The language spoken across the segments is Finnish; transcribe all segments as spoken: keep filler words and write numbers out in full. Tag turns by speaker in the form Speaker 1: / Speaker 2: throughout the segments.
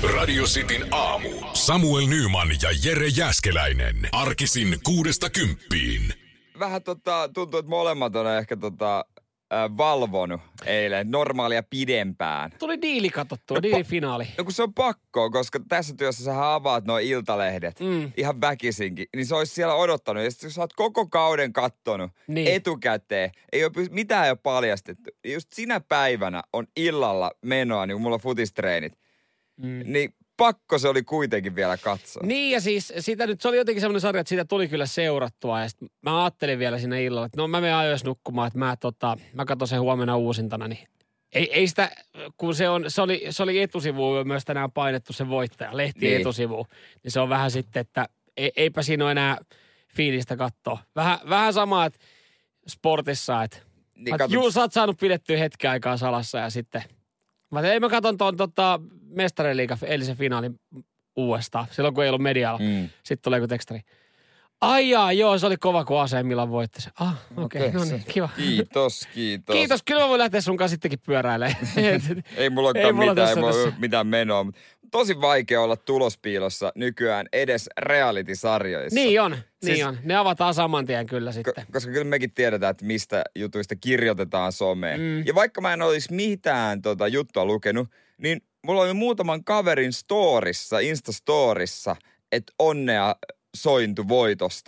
Speaker 1: Radio Cityn aamu. Samuel Nyman ja Jere Jääskeläinen. Arkisin kuudesta kymppiin.
Speaker 2: Vähän tota, tuntuu, että molemmat on ehkä tota, äh, valvonut eilen normaalia pidempään.
Speaker 3: Tuli diili katsottua,
Speaker 2: no,
Speaker 3: diilifinaali.
Speaker 2: No kun se on pakko, koska tässä työssä sähän avaat nuo iltalehdet mm. ihan väkisinkin. Niin se olisi siellä odottanut. Ja sitten jos sä oot koko kauden kattonut niin etukäteen, ei ole mitään ei ole paljastettu. Just sinä päivänä on illalla menoa, niin kun mulla on futistreenit. Mm. Niin pakko se oli kuitenkin vielä katsoa.
Speaker 3: Niin ja siis sitä nyt, se oli jotenkin semmoinen sarja, että siitä tuli kyllä seurattua. Ja sit mä ajattelin vielä siinä illalla, että no mä menen ajoissa nukkumaan, että mä, tota, mä katson sen huomenna uusintana. Niin ei, ei sitä, kun se, on, se, oli, se oli etusivuun myös tänään painettu se voittaja, lehti niin etusivuun. Niin se on vähän sitten, että ei, eipä siinä ole enää fiilistä katsoa. Vähän, vähän sama, että sportissa, että niin et, juu, sä oot saanut pidettyä hetken aikaa salassa ja sitten mä tein, ei mä katon tuon tota, mestariliigan eilisen finaalin uudestaan, silloin kun ei ollut medialla. Mm. Sitten tulee joku tekstari. Ai jaa, joo, se oli kova, kun A C Milan voitti se. Ah, okei, okay, no niin, kiva.
Speaker 2: Kiitos, kiitos.
Speaker 3: Kiitos, kyllä mä voin lähteä sun kanssa sittenkin pyöräilemään.
Speaker 2: Ei mulla olekaan mitään, tässä, ei mulla ole mitään menoa. Tosi vaikea olla tulospiilossa nykyään edes reality-sarjoissa.
Speaker 3: Niin on, siis, niin on. Ne avataan saman tien kyllä sitten.
Speaker 2: Ko- koska kyllä mekin tiedetään, että mistä jutuista kirjoitetaan someen. Mm. Ja vaikka mä en olisi mitään tota juttua lukenut, niin mulla oli muutaman kaverin storissa, Insta-storissa, että onnea sointu voitosta.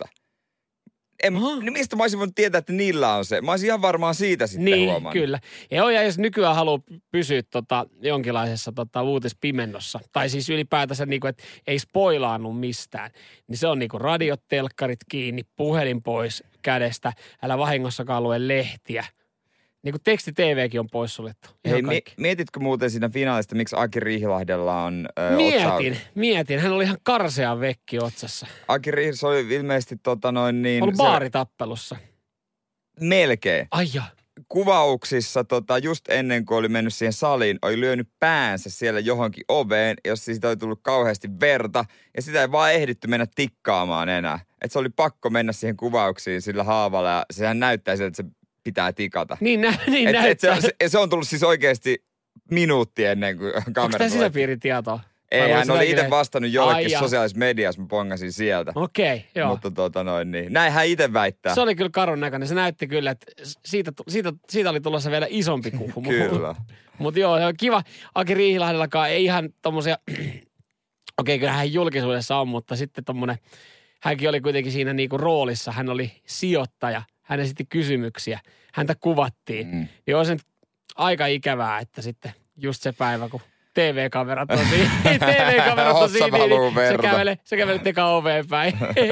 Speaker 2: En, niin mistä mä olisin voinut tietää, että niillä on se? Mä olisin ihan varmaan siitä sitten
Speaker 3: niin,
Speaker 2: huomannut.
Speaker 3: Niin, kyllä. Joo, ja jos nykyään haluaa pysyä tota, jonkinlaisessa tota, uutispimennossa, tai siis ylipäätänsä, niinku, että ei spoilaannut mistään, niin se on niinku radiot, telkkarit kiinni, puhelin pois kädestä, älä vahingossakaan lue lehtiä. Niin kuin teksti-T V:kin on poissuljettu.
Speaker 2: Hei, mi- mietitkö muuten siinä finaalista, miksi Aki Riihilahdella on ö,
Speaker 3: Mietin,
Speaker 2: otsa...
Speaker 3: mietin. Hän oli ihan karsea vekki otsassa.
Speaker 2: Aki Riihi, se oli ilmeisesti tota noin niin...
Speaker 3: Ollut baaritappelussa.
Speaker 2: Melkein.
Speaker 3: Ai ja.
Speaker 2: Kuvauksissa tota, just ennen kuin oli mennyt siihen saliin, oli lyönyt päänsä siellä johonkin oveen, jossa siitä oli tullut kauheasti verta, ja sitä ei vaan ehditty mennä tikkaamaan enää. Että se oli pakko mennä siihen kuvauksiin sillä haavalla, ja sehän näyttää siltä, että se pitää tikata.
Speaker 3: Niin, nä, niin
Speaker 2: et,
Speaker 3: näyttää.
Speaker 2: Et se, se, se on tullut siis oikeasti minuutti ennen kuin kamera.
Speaker 3: Onko tämä sisäpiiritietoa?
Speaker 2: Ei, hän oli itse vastannut jollekin sosiaalisessa mediassa, mä pongasin sieltä.
Speaker 3: Okei, okay, joo.
Speaker 2: Mutta tota noin niin. Näin hän itse väittää.
Speaker 3: Se oli kyllä karun näköinen. Se näytti kyllä, että siitä, siitä, siitä oli tulossa vielä isompi kuhu.
Speaker 2: Kyllä.
Speaker 3: Mutta joo, se on kiva. Aki Riihilahdellakaan ei ihan tommosia, okei, okay, kyllä hän julkisuudessa on, mutta sitten tommonen, hänkin oli kuitenkin siinä niinku roolissa. Hän oli sijoittaja. Hän esitti kysymyksiä. Häntä kuvattiin. Mm. Niin on se aika ikävää, että sitten just se päivä, kun T V-kamerat on siinä, T V-kamerat on siinä, niin se kävelee, se kävelee tekaan oveen päin.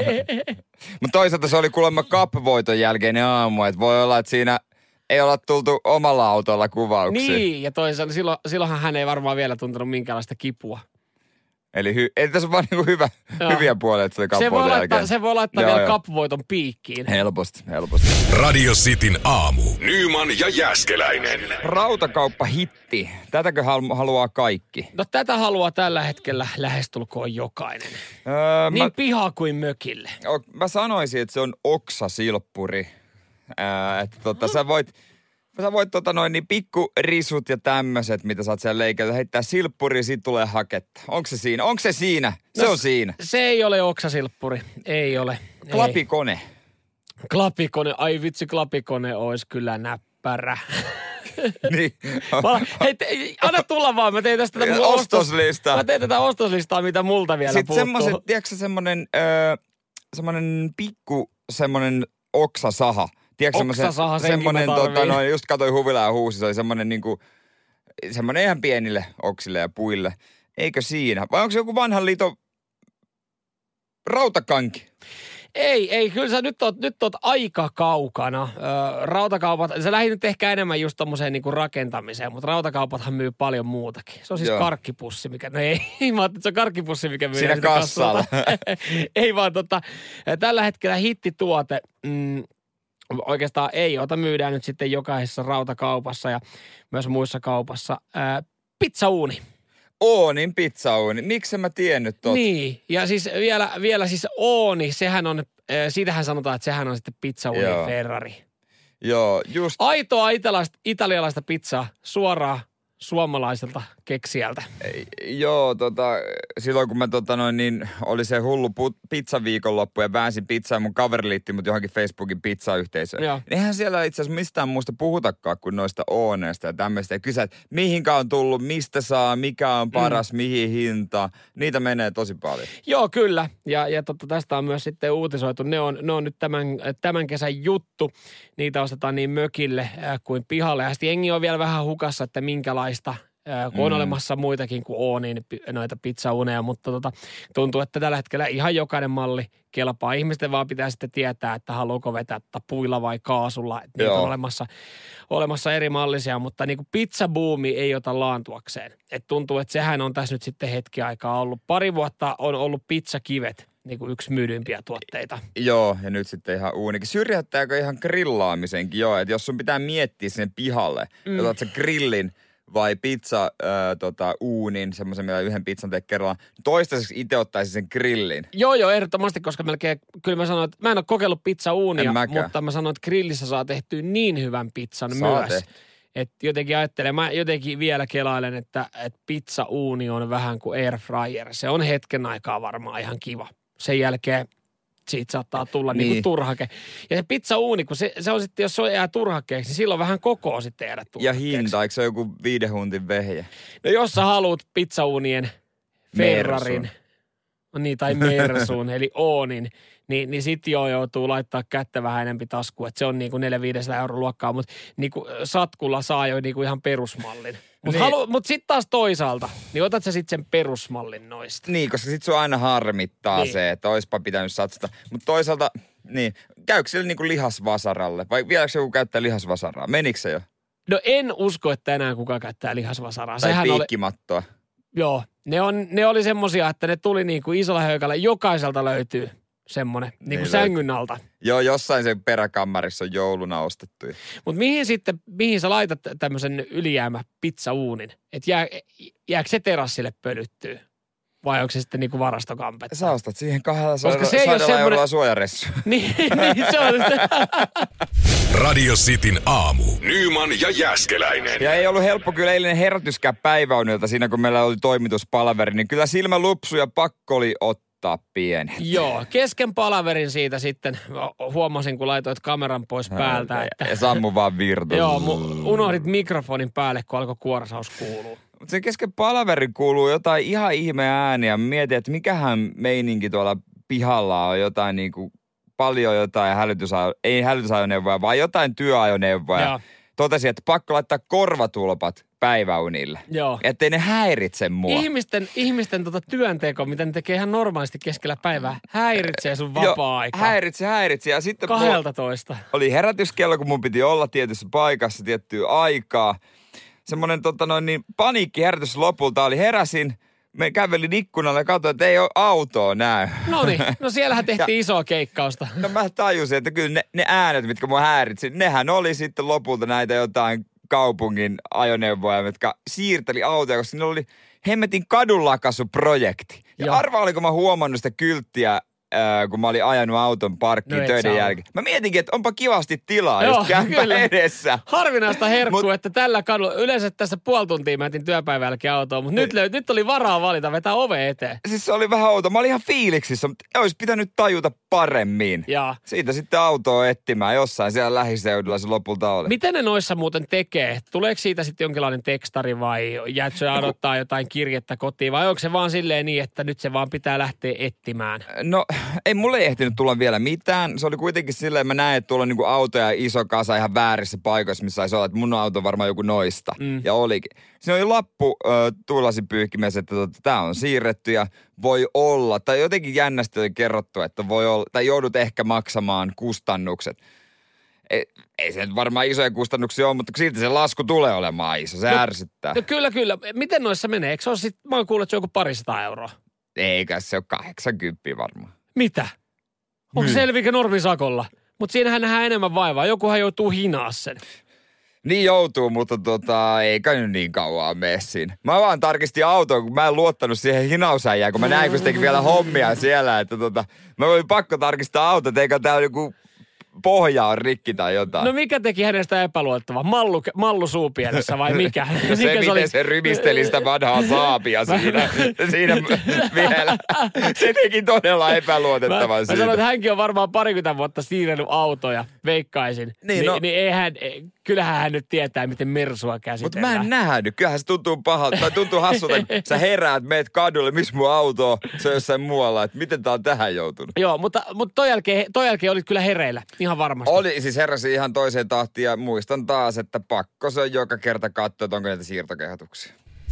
Speaker 2: Mutta toisaalta se oli kuulemma cup-voiton jälkeinen aamu, että voi olla, että siinä ei olla tultu omalla autolla kuvauksiin.
Speaker 3: Niin, ja toisaalta silloin, silloinhan hän ei varmaan vielä tuntenut minkäänlaista kipua.
Speaker 2: Eli hy, ei tässä on vaan niinku hyvä, hyviä puolia, että se oli
Speaker 3: se voi
Speaker 2: laittaa,
Speaker 3: se voi laittaa joo, vielä cup-voiton piikkiin.
Speaker 2: Helposti, helposti.
Speaker 1: Radio Cityn aamu. Nyman ja Jääskeläinen.
Speaker 2: Rautakauppa-hitti. Tätäkö haluaa kaikki?
Speaker 3: No tätä haluaa tällä hetkellä lähestulkoon jokainen.
Speaker 2: Öö,
Speaker 3: niin
Speaker 2: mä,
Speaker 3: piha kuin mökille.
Speaker 2: Mä sanoisin, että se on oksasilppuri. Öö, että tota, sä voit... Sä voit tota noin niin pikkurisut ja tämmöiset, mitä sä oot siellä leikellä, heittää silppuri, siitä tulee haketta. Onko se siinä? Onko se siinä? Se no, on siinä.
Speaker 3: Se ei ole oksasilppuri. Ei ole.
Speaker 2: Klapikone.
Speaker 3: Ei. Klapikone. Ai vitsi, klapikone olisi kyllä näppärä.
Speaker 2: Niin.
Speaker 3: Mä, hei, te, anna tulla vaan. Mä tein tästä tätä mun
Speaker 2: ostoslistaa.
Speaker 3: Ostos, mä tein tätä ostoslistaa, mitä multa vielä
Speaker 2: Sitten
Speaker 3: puuttuu. Sitten
Speaker 2: semmoisen, tiedätkö semmoinen, öö, semmoinen pikku, semmoinen oksasaha. Tiedätkö semmoinen, semmoinen tota, noin, just katsoin Huvila ja Huusi, se oli semmoinen niinku, semmoinen ihan pienille oksille ja puille. Eikö siinä? Vai onko se joku vanhan liiton rautakanki?
Speaker 3: Ei, ei, kyllä sä nyt oot, nyt oot aika kaukana. Ö, rautakaupat, sä lähdit nyt ehkä enemmän just tommoseen niinku rakentamiseen, mutta rautakaupathan myy paljon muutakin. Se on siis Joo. karkkipussi, mikä, no ei, mä ajattelin, että se on karkkipussi, mikä myy.
Speaker 2: Siinä kassalla.
Speaker 3: Ei vaan tota, tällä hetkellä hittituote, mm, oikeastaan ei, jota myydään nyt sitten jokaisessa rautakaupassa ja myös muissa kaupassa. Ää, pizzauuni.
Speaker 2: Oonin pizzauuni. Miksi mä tiennyt totta?
Speaker 3: Niin, ja siis vielä, vielä siis Ooni, sehän on, äh, siitähän sanotaan, että sehän on sitten pizzauuni Ferrari.
Speaker 2: Joo, just.
Speaker 3: Aitoa italialaista, italialaista pizzaa suoraan suomalaiselta keksijältä.
Speaker 2: Joo, tota, silloin kun mä tota noin, niin oli se hullu put, pizzaviikonloppu ja väänsin pizzaa, mun kaveri liitti mut johonkin Facebookin pizzayhteisöön. Joo. Eihän siellä itse asiassa mistään muusta puhutakaan kuin noista ooneista ja tämmöistä. Ja kysät, mihinkä on tullut, mistä saa, mikä on paras, mm. mihin hinta. Niitä menee tosi paljon.
Speaker 3: Joo, kyllä. Ja, ja totta, tästä on myös sitten uutisoitu. Ne on, ne on nyt tämän, tämän kesän juttu. Niitä ostetaan niin mökille äh, kuin pihalle. Ja sitten jengi on vielä vähän hukassa, että minkälaista, äh, kun on mm. olemassa muitakin kuin Oonin noita pizzauneja, mutta tota, tuntuu, että tällä hetkellä ihan jokainen malli kelpaa. Ihmisten vaan pitää sitten tietää, että haluuko vetää puilla vai kaasulla. Niitä on olemassa, olemassa eri mallisia, mutta niin kuin pizzabuumi ei ota laantuakseen. Et tuntuu, että sehän on tässä nyt sitten hetki aikaa ollut. Pari vuotta on ollut pizzakivet. Niin kuin yksi myydympiä tuotteita.
Speaker 2: Joo, ja nyt sitten ihan uunikin. Syrjäyttääkö ihan grillaamisenkin? Joo, että jos sun pitää miettiä sinne pihalle, mm. otat sä grillin vai pizza äh, tota, uunin, semmoisen, millä yhden pizzan tee kerrallaan. Toistaiseksi itse ottaisin sen grillin.
Speaker 3: Joo, joo, ehdottomasti, koska melkein, kyllä mä sanoin, että mä en ole kokeillut pizza-uunia, mutta mä sanoin, että grillissä saa tehtyä niin hyvän pizzan saa myös. Tehty. Että jotenkin ajattelen, mä jotenkin vielä kelailen, että, että pizza-uuni on vähän kuin air fryer. Se on hetken aikaa varmaan ihan kiva. Sen jälkeen siitä saattaa tulla niin. Niin kuin turhake. Ja se pizzauuni, kun se, se on sitten, jos se jää turhakeeksi, niin silloin vähän kokoa sitten jäädä turhakeeksi.
Speaker 2: Ja hinta, eikö se ole joku viiden huntin vehje?
Speaker 3: No jos sä haluat pizzauunien Ferrarin, Mersun. Niin, tai Mersun, eli Oonin, niin, niin sit joo joutuu laittaa kättä vähän enempi taskuun. Että se on niin kuin neljä viisisataa euron luokkaa, mutta niin kuin satkulla saa jo niin kuin ihan perusmallin. Mutta niin. mut sitten taas toisaalta, niin otat sä sitten sen perusmallin noista.
Speaker 2: Niin, koska sitten sua aina harmittaa niin. se, että oispa pitänyt satsata. Mutta toisaalta, niin, käykö sille niinku lihasvasaralle? Vai vieläkö joku käyttää lihasvasaraa? Menikö se jo?
Speaker 3: No en usko, että enää kukaan käyttää lihasvasaraa.
Speaker 2: Tai
Speaker 3: Sehän
Speaker 2: piikkimattoa.
Speaker 3: Oli, joo, ne, on, ne oli semmosia, että ne tuli niinku isolla höykällä. Jokaiselta löytyy semmoinen, niin kuin niin sängyn alta.
Speaker 2: Joo, jossain sen peräkammarissa on jouluna ostettu.
Speaker 3: Mutta mihin sitten, mihin sä laitat tämmöisen ylijäämä pizzauunin? Että jää, jääkö se terassille pölyttyy? Vai onko se sitten niinku varastokampetta?
Speaker 2: Sä ostat siihen kahdella eurolla suojaressu.
Speaker 3: niin, niin, se on
Speaker 1: Radio Cityn aamu. Nyman ja Jääskeläinen.
Speaker 2: Ja ei ollut helppo kyllä eilinen herätyskään päiväunilta siinä, kun meillä oli toimituspalaveri, niin kyllä silmälupsu ja pakko oli ottaa pienet.
Speaker 3: Joo, kesken palaverin siitä sitten huomasin, kun laitoit kameran pois päältä.
Speaker 2: Ja,
Speaker 3: että,
Speaker 2: ja sammu vaan virtu.
Speaker 3: Joo, unohdit mikrofonin päälle, kun alkoi kuorasaus kuuluu.
Speaker 2: Mutta sen kesken palaverin kuuluu jotain ihan ihme ääniä. Mietin, että mikähän meininki tuolla pihalla on jotain niin kuin paljon jotain hälytysajoneuvoja, ei hälytysajoneuvoja, vaan jotain työajoneuvoja. Joo. Totesin, että pakko laittaa korvatulpat päiväunille. Joo. Ettei ne häiritse mua.
Speaker 3: Ihmisten, ihmisten tota työnteko, mitä ne tekee ihan normaalisti keskellä päivää, häiritsee sun vapaa-aikaa.
Speaker 2: Joo, häiritse, häiritse. Ja sitten
Speaker 3: kahdelta toista.
Speaker 2: Oli herätyskello, kun mun piti olla tietyssä paikassa tiettyä aikaa. Semmoinen tota noin niin paniikkiherätys lopulta oli. Heräsin, me kävelin ikkunalle ja katsoin, että ei ole autoa näy.
Speaker 3: No niin, no siellähän tehtiin ja, isoa keikkausta.
Speaker 2: No mä tajusin, että kyllä ne, ne äänet, mitkä mun häiritsi, nehän oli sitten lopulta näitä jotain kaupungin ajoneuvoja, jotka siirteli autoja, koska ne oli hemmetin kadunlakaisuprojekti. Ja Joo. arvaa, oliko mä huomannut sitä kylttiä, Äh, kun mä olin ajanut auton parkkiin no töiden jälkeen. Mä mietinkin, että onpa kivasti tilaa Joo, just kämpä edessä.
Speaker 3: Harvinaista herkkua, Mut, että tällä kadulla, yleensä tässä puoli tuntia mä etin työpäivän jälkeen autoon, mutta nyt, löy, nyt oli varaa valita, vetää ove eteen.
Speaker 2: Siis se oli vähän outo. Mä olin ihan fiiliksissä, mutta olisi pitänyt tajuta paremmin. Ja. Siitä sitten autoa etsimään jossain siellä lähiseudulla se lopulta oli.
Speaker 3: Miten ne noissa muuten tekee? Tuleeko siitä sitten jonkinlainen tekstari vai jäätkö sä odottaa jotain kirjettä kotiin vai onko se vaan silleen niin, että nyt se vaan pitää lähteä etsimään?
Speaker 2: No ei mulle ei ehtinyt tulla vielä mitään. Se oli kuitenkin silleen, että mä näin, että tuolla on niinku autoja iso kasa ihan väärissä paikoissa, missä saisi olla, että mun auto on varmaan joku noista. Mm. Ja olikin. Siinä oli lappu äh, tuulasinpyyhkimessä, että tota, tää on siirretty ja voi olla. Tai jotenkin jännästi oli kerrottu, että voi olla, tai joudut ehkä maksamaan kustannukset. Ei, ei se nyt varmaan isoja kustannuksia ole, mutta silti se lasku tulee olemaan iso. Se no, ärsyttää.
Speaker 3: No kyllä, kyllä. Miten noissa menee? Eikö se ole sit, mä oon kuullut, että se on joku parisataa euroa.
Speaker 2: Eikä se ole kahdeksankymmentä varmaan.
Speaker 3: Mitä? Onko hmm. selvikä normisakolla? Mutta siinähän nähdään enemmän vaivaa. Jokuhan joutuu hinaa sen.
Speaker 2: Niin joutuu, mutta tota, eikä nyt niin kauan mene siinä. Mä vaan tarkistin autoa, kun mä en luottanut siihen hinausäijään, kun mä näin, kun se teki vielä hommia siellä. Että tota, mä olin pakko tarkistaa autot, eikä täällä joku pohja on rikki tai jotain.
Speaker 3: No mikä teki hänestä epäluottavaa? Mallu, mallu suupielessä vai mikä?
Speaker 2: No se,
Speaker 3: mikä
Speaker 2: miten
Speaker 3: se, oli...
Speaker 2: se rymisteli sitä vanhaa saapia siinä, siinä vielä. Se teki todella epäluotettavan
Speaker 3: mä,
Speaker 2: siitä.
Speaker 3: mä sanoin, että hänkin on varmaan parikymmentä vuotta siirrellyt autoja, veikkaisin.
Speaker 2: Niin,
Speaker 3: Ni,
Speaker 2: no,
Speaker 3: niin eihän, kyllähän hän nyt tietää, miten Mersua käsitellään.
Speaker 2: Mutta mä en nähnyt. Kyllähän se tuntuu pahalta. Tai tuntuu hassulta, että sä heräät, meet kadulle, missä mun auto on, se on jossain muualla. Että miten tää on tähän joutunut?
Speaker 3: Joo, mutta, mutta toi, jälkeen, toi jälkeen olit kyllä hereillä. Ihan varmasti.
Speaker 2: Oli, siis heräsi ihan toiseen tahtiin ja muistan taas, että pakko se on joka kerta katsoa, että onko niitä siirtokehotuksia.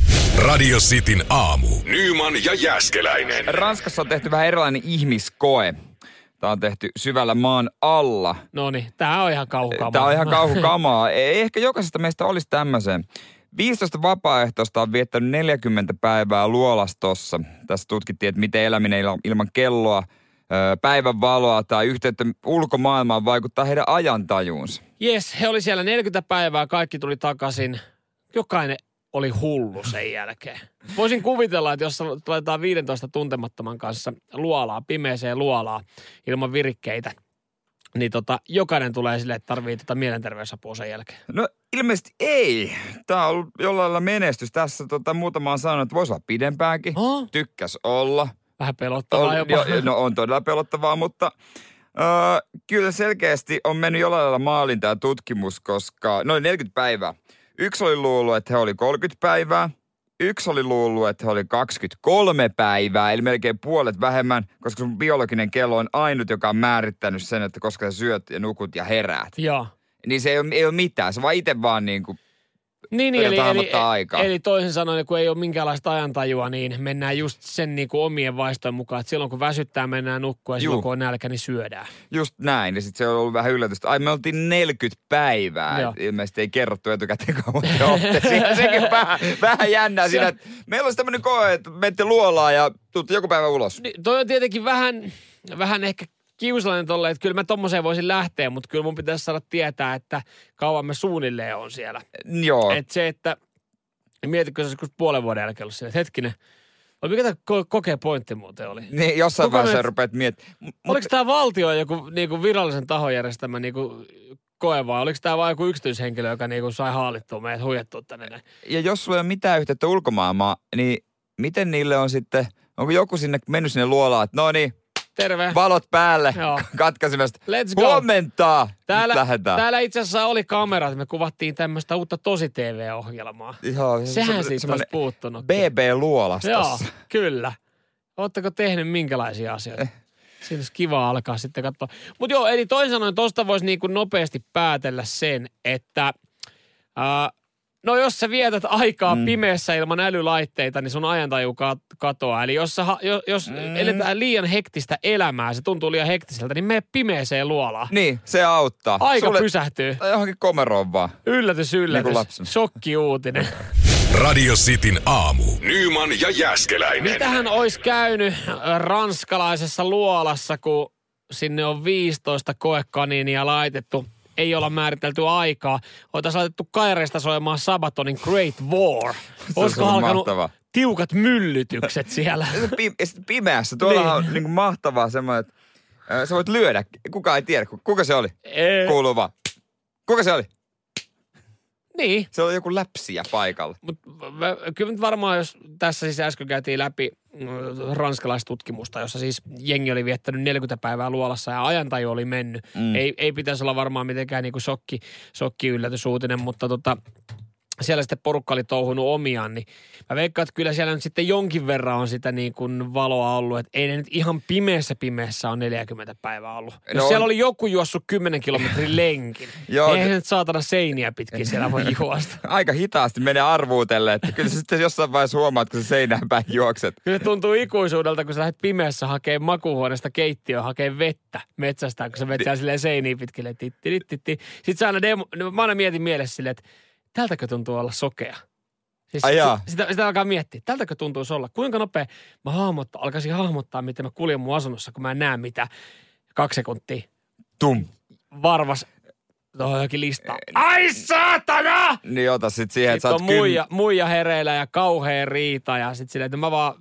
Speaker 1: Radio Cityn aamu. Nyman ja Jääskeläinen.
Speaker 2: Ranskassa on tehty vähän erilainen ihmiskoe. Tämä on tehty syvällä maan alla.
Speaker 3: No niin, tää on ihan kauhukamaa.
Speaker 2: Tämä on ihan kauhukamaa. Ei ehkä jokaisesta meistä olisi tämmöiseen. viisitoista vapaaehtoista on viettänyt neljäkymmentä päivää luolastossa. Tässä tutkittiin, että miten eläminen ilman kelloa, päivän valoa tai yhteyttä ulkomaailmaan vaikuttaa heidän ajantajuunsa.
Speaker 3: Jes, he oli siellä neljäkymmentä päivää, kaikki tuli takaisin. Jokainen oli hullu sen jälkeen. Voisin kuvitella, että jos laitetaan viisitoista tuntemattoman kanssa luolaa, pimeeseen luolaa ilman virikkeitä, niin tota, jokainen tulee silleen, että tarvii tota mielenterveysapua sen jälkeen.
Speaker 2: No ilmeisesti ei. Tämä on ollut jollain lailla menestys. Tässä tota, muutama on sanonut, että voisi olla pidempäänkin. Oh? Tykkäs olla.
Speaker 3: Vähän pelottavaa
Speaker 2: on,
Speaker 3: jopa.
Speaker 2: Jo, no on todella pelottavaa, mutta öö, kyllä selkeästi on mennyt jollain lailla maalin tämä tutkimus, koska noin neljäkymmentä päivää. Yksi oli luullut, että he oli kolmekymmentä päivää. Yksi oli luullut, että he oli kaksikymmentäkolme päivää, eli melkein puolet vähemmän, koska sun biologinen kello on ainut, joka on määrittänyt sen, että koska sä syöt ja nukut ja heräät.
Speaker 3: Joo.
Speaker 2: Niin se ei ole, ei ole mitään, se vaan itse vaan niin kuin
Speaker 3: Niin, niin eli, eli,
Speaker 2: aikaa.
Speaker 3: eli toisin sanoen, kun ei ole minkäänlaista ajantajua, niin mennään just sen niin kuin omien vaistojen mukaan, että silloin kun väsyttää, mennään nukkua ja silloin kun on nälkä, niin syödään. Just
Speaker 2: näin, ja sitten se on ollut vähän yllätystä. Ai me oltiin neljäkymmentä päivää, ilmeisesti ei kerrottu etukäteen kauan te olette. Siinä sekin on vähän, vähän jännää siinä, että meillä olisi tämmöinen koe, että menette luolaan ja tuutte joku päivä ulos.
Speaker 3: Niin, toi on tietenkin vähän, vähän ehkä kiusallinen tolle, että kyllä mä tommoseen voisin lähteä, mutta kyllä mun pitäisi saada tietää, että kauan mä suunnilleen on siellä.
Speaker 2: Joo.
Speaker 3: Että se, että mietitkö se joskus puolen vuoden jälkeen ollut siellä, että hetkinen, mikä tämä ko- kokee pointti muuten oli?
Speaker 2: Niin, jossain Kuka vaiheessa rupeat miettimään.
Speaker 3: Oliko tämä valtio joku niinku virallisen tahon järjestämä niinku koe vai oliko tämä vain joku yksityishenkilö, joka niinku sai haalittua meidät huijattua tänne?
Speaker 2: Ja jos sulla ei ole mitään yhteyttä ulkomaailmaan, niin miten niille on sitten, onko joku sinne mennyt sinne luolaan, että no niin, terve. Valot päälle, katkaisimesta.
Speaker 3: Let's go.
Speaker 2: Huomenta.
Speaker 3: Täällä, täällä itse asiassa oli kamerat, me kuvattiin tämmöistä uutta tosi-T V-ohjelmaa.
Speaker 2: Joo.
Speaker 3: Sehän se, siitä olisi puuttunut.
Speaker 2: B B-luolastossa.
Speaker 3: Joo, kyllä. Ootteko tehnyt minkälaisia asioita? Eh. Siinä olisi kiva alkaa sitten katsoa. Mutta joo, eli toisin sanoen tosta voisi niin kuin nopeasti päätellä sen, että Äh, no jos sä vietät aikaa mm. pimeässä ilman älylaitteita, niin sun ajantaju katoaa. Eli jos, sä, jos mm. eletään liian hektistä elämää, se tuntuu liian hektiseltä, niin mene pimeeseen luolaan.
Speaker 2: Niin, se auttaa.
Speaker 3: Aika Sulle, pysähtyy.
Speaker 2: Tai johonkin komeroon vaan.
Speaker 3: Yllätys, yllätys. Niin shokkiuutinen.
Speaker 1: Radio Cityn aamu. Nyman ja Jääskeläinen.
Speaker 3: Mitähän olisi käynyt ranskalaisessa luolassa, kun sinne on viisitoista koekaniinia laitettu? Ei olla määritelty aikaa. Oltaisiin laitettu kaireista soimaan Sabatonin Great War. Olisiko alkanut mahtava. Tiukat myllytykset siellä?
Speaker 2: Ja sitten pimeässä. Tuolla on niin kuin mahtavaa semmoinen, että äh, sä voit lyödä. Kuka ei tiedä. Kuka se oli?
Speaker 3: Ei.
Speaker 2: Kuuluu vaan. Kuka se oli?
Speaker 3: Niin.
Speaker 2: Se oli joku läpsiä paikalla.
Speaker 3: Mut kyllä nyt varmaan, jos tässä siis äsken käytiin läpi ranskalaistutkimusta, jossa siis jengi oli viettänyt neljäkymmentä päivää luolassa ja ajantaju oli mennyt. Mm. Ei, ei pitäisi olla varmaan mitenkään niinku shokki, shokki yllätysuutinen, mutta tota, siellä sitten porukka oli touhunut omiaan, niin mä veikkaan, että kyllä siellä nyt sitten jonkin verran on sitä niin kuin valoa ollut, että ei ne nyt ihan pimeässä pimeässä on neljäkymmentä päivää ollut. Jos no, siellä oli joku juossut kymmenen kilometrin lenkin, niin eihän nyt saatana seiniä pitkin siellä voi juosta.
Speaker 2: Aika hitaasti menee arvuutelle, että kyllä sä sitten jossain vaiheessa huomaat, kun sä seinään päin juokset.
Speaker 3: Kyllä se tuntuu ikuisuudelta, kun sä lähdet pimeässä hakee makuuhuoneesta keittiöön, hakee vettä metsästään, kun sä vetää silleen seiniä pitkille. Sitten sä aina demo, mä aina mietin mielessä silleen, että tältäkö tuntuu olla sokea? Siis sitä, sitä, sitä alkaa miettiä. Tältäkö tuntuisi olla? Kuinka nopea mä hahmottaa, alkaisin hahmottaa, miten mä kuljen mun asunnossa, kun mä en näe mitä. Kaksi sekuntia.
Speaker 2: Tum.
Speaker 3: Varvas tuohon johonkin listaan. Ai saatana!
Speaker 2: Niin ota sit siihen, että
Speaker 3: sä oot kym... muija, muija hereillä ja kauhea riita ja sit silleen, että mä vaan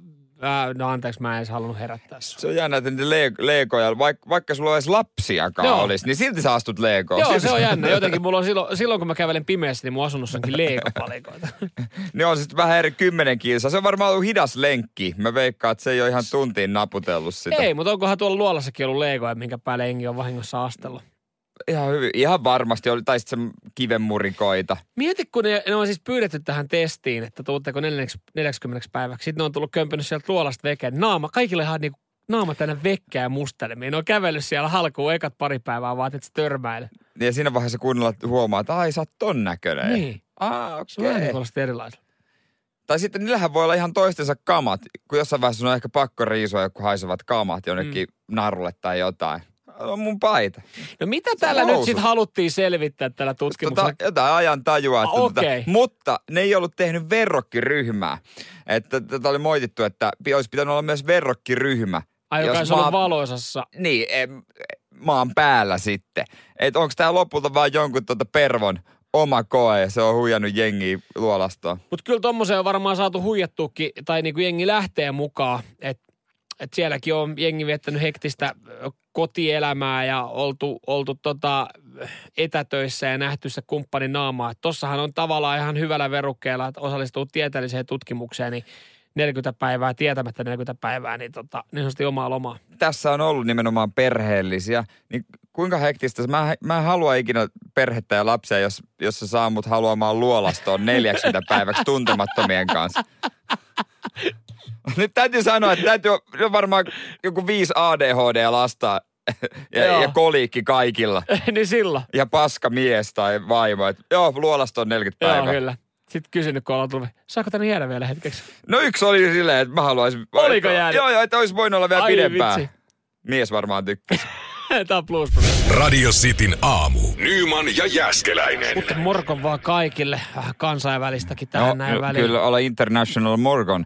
Speaker 3: Äh, no anteeksi, mä en edes halunnut herättää sua.
Speaker 2: Se on jännä, että niitä le- leikoja, vaikka, vaikka sulla olisi lapsiakaan Joo. olisi, niin silti sä astut leikoon.
Speaker 3: Joo,
Speaker 2: silti
Speaker 3: se on jännä. Jotenkin mulla on silloin, silloin kun mä kävelen pimeässä, niin mun asunnossa onkin leikopalikoita.
Speaker 2: Ne on sitten vähän eri kymmenen kilsaa. Se on varmaan ollut hidas lenkki. Mä veikkaan, että se ei ole ihan tuntiin naputellut sitä.
Speaker 3: Ei, mutta onkohan tuolla luolassakin ollut leikoja, minkä päälle engi on vahingossa astellut.
Speaker 2: Ihan hyvin. Ihan varmasti oli, tai sitten se kivenmurikoita.
Speaker 3: Mieti, kun ne, ne on siis pyydetty tähän testiin, että tuutteko neljäkymmentä päiväksi. Sitten ne on tullut kömpännyt sieltä luolasta vekeen. Naama, kaikille ihan niinku naama tänne vekkää mustelemia. Ne on kävellyt siellä halkuun ekat pari päivää, vaan että se törmäile.
Speaker 2: Ja siinä vaiheessa kuunnella huomaa, että ai sä oot ton näköinen.
Speaker 3: Niin.
Speaker 2: Ah, okei.
Speaker 3: Se on vähän niin kuin erilaisella.
Speaker 2: Tai sitten niillähän voi olla ihan toistensa kamat, kun jossain vaiheessa on ehkä pakko riisua joku haisevat kamat jonnekin mm. narulle tai jotain. On mun paita.
Speaker 3: No mitä tällä nyt sitten haluttiin selvittää tällä tutkimuksella?
Speaker 2: Tota, jotain ajan tajua.
Speaker 3: Ah, okay.
Speaker 2: tota, mutta ne ei ollut tehnyt verrokkiryhmää. Että tätä oli moitittu, että olisi pitänyt olla myös verrokkiryhmä.
Speaker 3: Ai joka olisi maa... ollut valoisassa.
Speaker 2: Niin, e, maan päällä sitten. Että onko tämä lopulta vaan jonkun tuota pervon oma koe ja se on huijannut jengiä luolastoon.
Speaker 3: Mutta kyllä tommoseen on varmaan saatu huijattuukin, tai niinku jengi lähtee mukaan, että et sielläkin on jengi viettänyt hektistä kotielämää ja oltu, oltu tota etätöissä ja nähty se kumppanin naamaa. Et tossahan on tavallaan ihan hyvällä verukkeella, että osallistuu tieteelliseen tutkimukseen, niin neljäkymmentä päivää, tietämättä neljäkymmentä päivää, niin tota, niin sanotusti omaa lomaa. Tässä
Speaker 2: on ollut nimenomaan perheellisiä, niin kuinka hektistä? Mä, mä en halua ikinä perhettä ja lapsia, jos, jos sä saa mut haluamaan luolastoon neljäkymmentä päiväksi tuntemattomien kanssa. Nyt täytyy sanoa, että täytyy on varmaan joku viisi A D H D-lasta ja, ja koliikki kaikilla.
Speaker 3: Niin silloin.
Speaker 2: Ja paska mies tai vaimo. Et, joo, luolastoon neljäkymmentä päivää.
Speaker 3: Joo, kyllä. Sitten kysynyt, kun ollaan tullut, saako tänne jäädä vielä hetkeksi?
Speaker 2: No yksi oli silleen, että mä haluaisin...
Speaker 3: Oliko jäänyt?
Speaker 2: Joo, joo, että olisi voinut olla vielä
Speaker 3: Ai,
Speaker 2: pidempään.
Speaker 3: Vitsi.
Speaker 2: Mies varmaan tykkäsi.
Speaker 3: Tää on plus.
Speaker 1: Radio Cityn aamu. Nyman ja Jääskeläinen.
Speaker 3: Mutta morgon vaan kaikille. Vähän kansainvälistäkin tähän no, näin väliin.
Speaker 2: Kyllä, olla international morgon.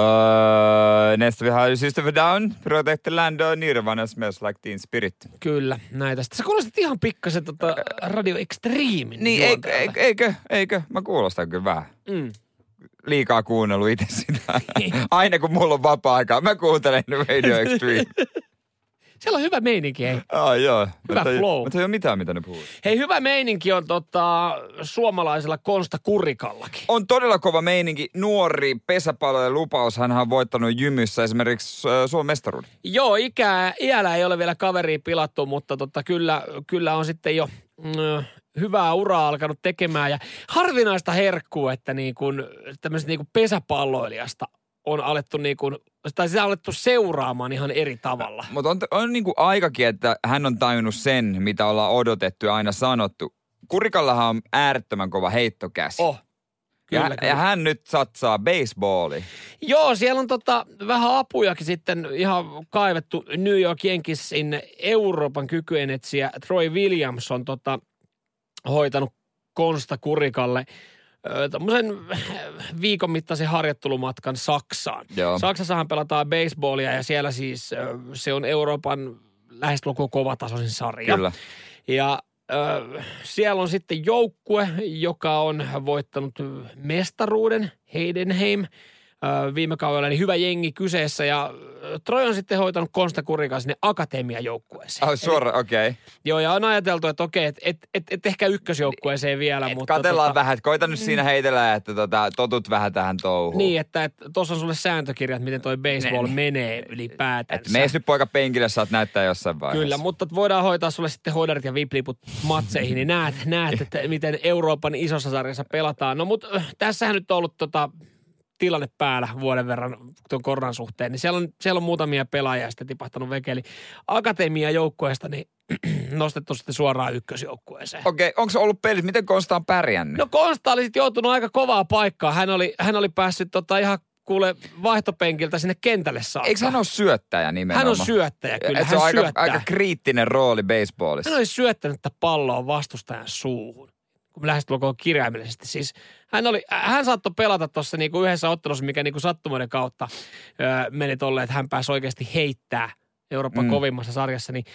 Speaker 2: Uh, nästa vi har System of Down, Protect the Land och Nirvana Smells Like Teen Spirit.
Speaker 3: Kyllä, näitä. Sä kuulostit ihan pikkasen tota Radio Extremin.
Speaker 2: Niin, eikö, eikö, eikö, eikö? Mä kuulostan kyllä vähän. Mm. Liikaa kuunnellut itse sitä. Aina kun mulla on vapaa-aikaa, mä kuuntelen Radio Extreme.
Speaker 3: Siellä on hyvä meininki, hei.
Speaker 2: Ah, joo.
Speaker 3: Hyvä
Speaker 2: mutta
Speaker 3: flow.
Speaker 2: Mutta ei ole mitään, mitä ne puhuu.
Speaker 3: Hei, hyvä meininki on tota, suomalaisella Konsta Kurikallakin.
Speaker 2: On todella kova meininki. Nuori pesäpallojen lupaus. Hän on voittanut Jymyssä esimerkiksi äh, Suomen mestaruuden.
Speaker 3: Joo, ikää, iällä ei ole vielä kaveria pilattu, mutta tota, kyllä, kyllä on sitten jo mm, hyvää uraa alkanut tekemään. Ja harvinaista herkkua, että niin kuin, tämmöisestä niin kuin pesäpalloilijasta on alettu niin kuin, tai sitä on alettu seuraamaan ihan eri tavalla.
Speaker 2: Mutta on, on niin kuin aikakin, että hän on tajunnut sen, mitä ollaan odotettu ja aina sanottu. Kurikallahan on äärettömän kova heittokäsi.
Speaker 3: Oh, kyllä,
Speaker 2: ja,
Speaker 3: kyllä.
Speaker 2: ja hän nyt satsaa baseballiin.
Speaker 3: Joo, siellä on tota, vähän apujakin sitten ihan kaivettu New York Yankeesin Euroopan kykyennetsijä Troy Williams on tota, hoitanut Konsta Kurikalle tämmöisen viikon mittaisen harjoittelumatkan Saksaan.
Speaker 2: Joo.
Speaker 3: Saksassahan pelataan baseballia ja siellä siis se on Euroopan lähestulkoon kovatasoisin sarja.
Speaker 2: Kyllä.
Speaker 3: Ja äh, siellä on sitten joukkue, joka on voittanut mestaruuden, Heidenheim, äh, viime kaudella, eli hyvä jengi kyseessä ja Troy on sitten hoitanut Konsta Kurikan sinne akatemiajoukkueeseen.
Speaker 2: Oh, suora, okei. Okay.
Speaker 3: Joo, ja on ajateltu, että okei, että et, et, et ehkä ykkösjoukkueeseen vielä.
Speaker 2: Et
Speaker 3: mutta
Speaker 2: katellaan
Speaker 3: tota,
Speaker 2: vähän, että koita nyt siinä heitellä, että tota, totut vähän tähän touhuun.
Speaker 3: Niin, että tuossa on sulle sääntökirjat, miten toi baseball ne, menee ylipäätänsä.
Speaker 2: Että mees nyt poika penkille, saat näyttää jossain vaiheessa.
Speaker 3: Kyllä, mutta voidaan hoitaa sulle sitten hoidarit ja vipliput matseihin, niin näet, näet että miten Euroopan isossa sarjassa pelataan. No mutta tässähän nyt on ollut tota tilanne päällä vuoden verran tuon koronan suhteen, niin siellä on, siellä on muutamia pelaajia sitten tipahtanut vekeli. Akatemia joukkueesta niin nostettu sitten suoraan ykkösjoukkueeseen.
Speaker 2: Okei, okay, onko se ollut pelit? Miten Konsta on pärjännyt?
Speaker 3: No Konsta oli sitten joutunut aika kovaa paikkaa. Hän oli, hän oli päässyt tota ihan kuule vaihtopenkiltä sinne kentälle saakka.
Speaker 2: Eikö hän ole syöttäjä nimenomaan?
Speaker 3: Hän on syöttäjä, kyllä.
Speaker 2: Et se
Speaker 3: hän
Speaker 2: on aika,
Speaker 3: syöttää.
Speaker 2: aika kriittinen rooli baseballissa.
Speaker 3: Hän olisi syöttänyt tätä palloa vastustajan suuhun. Kun lähestulkoon kirjaimellisesti. Siis hän, oli, hän saattoi pelata tuossa niinku yhdessä ottelussa, mikä niinku sattumoiden kautta öö, meni tolleen, että hän pääsi oikeasti heittää Euroopan mm. kovimmassa sarjassa. Niin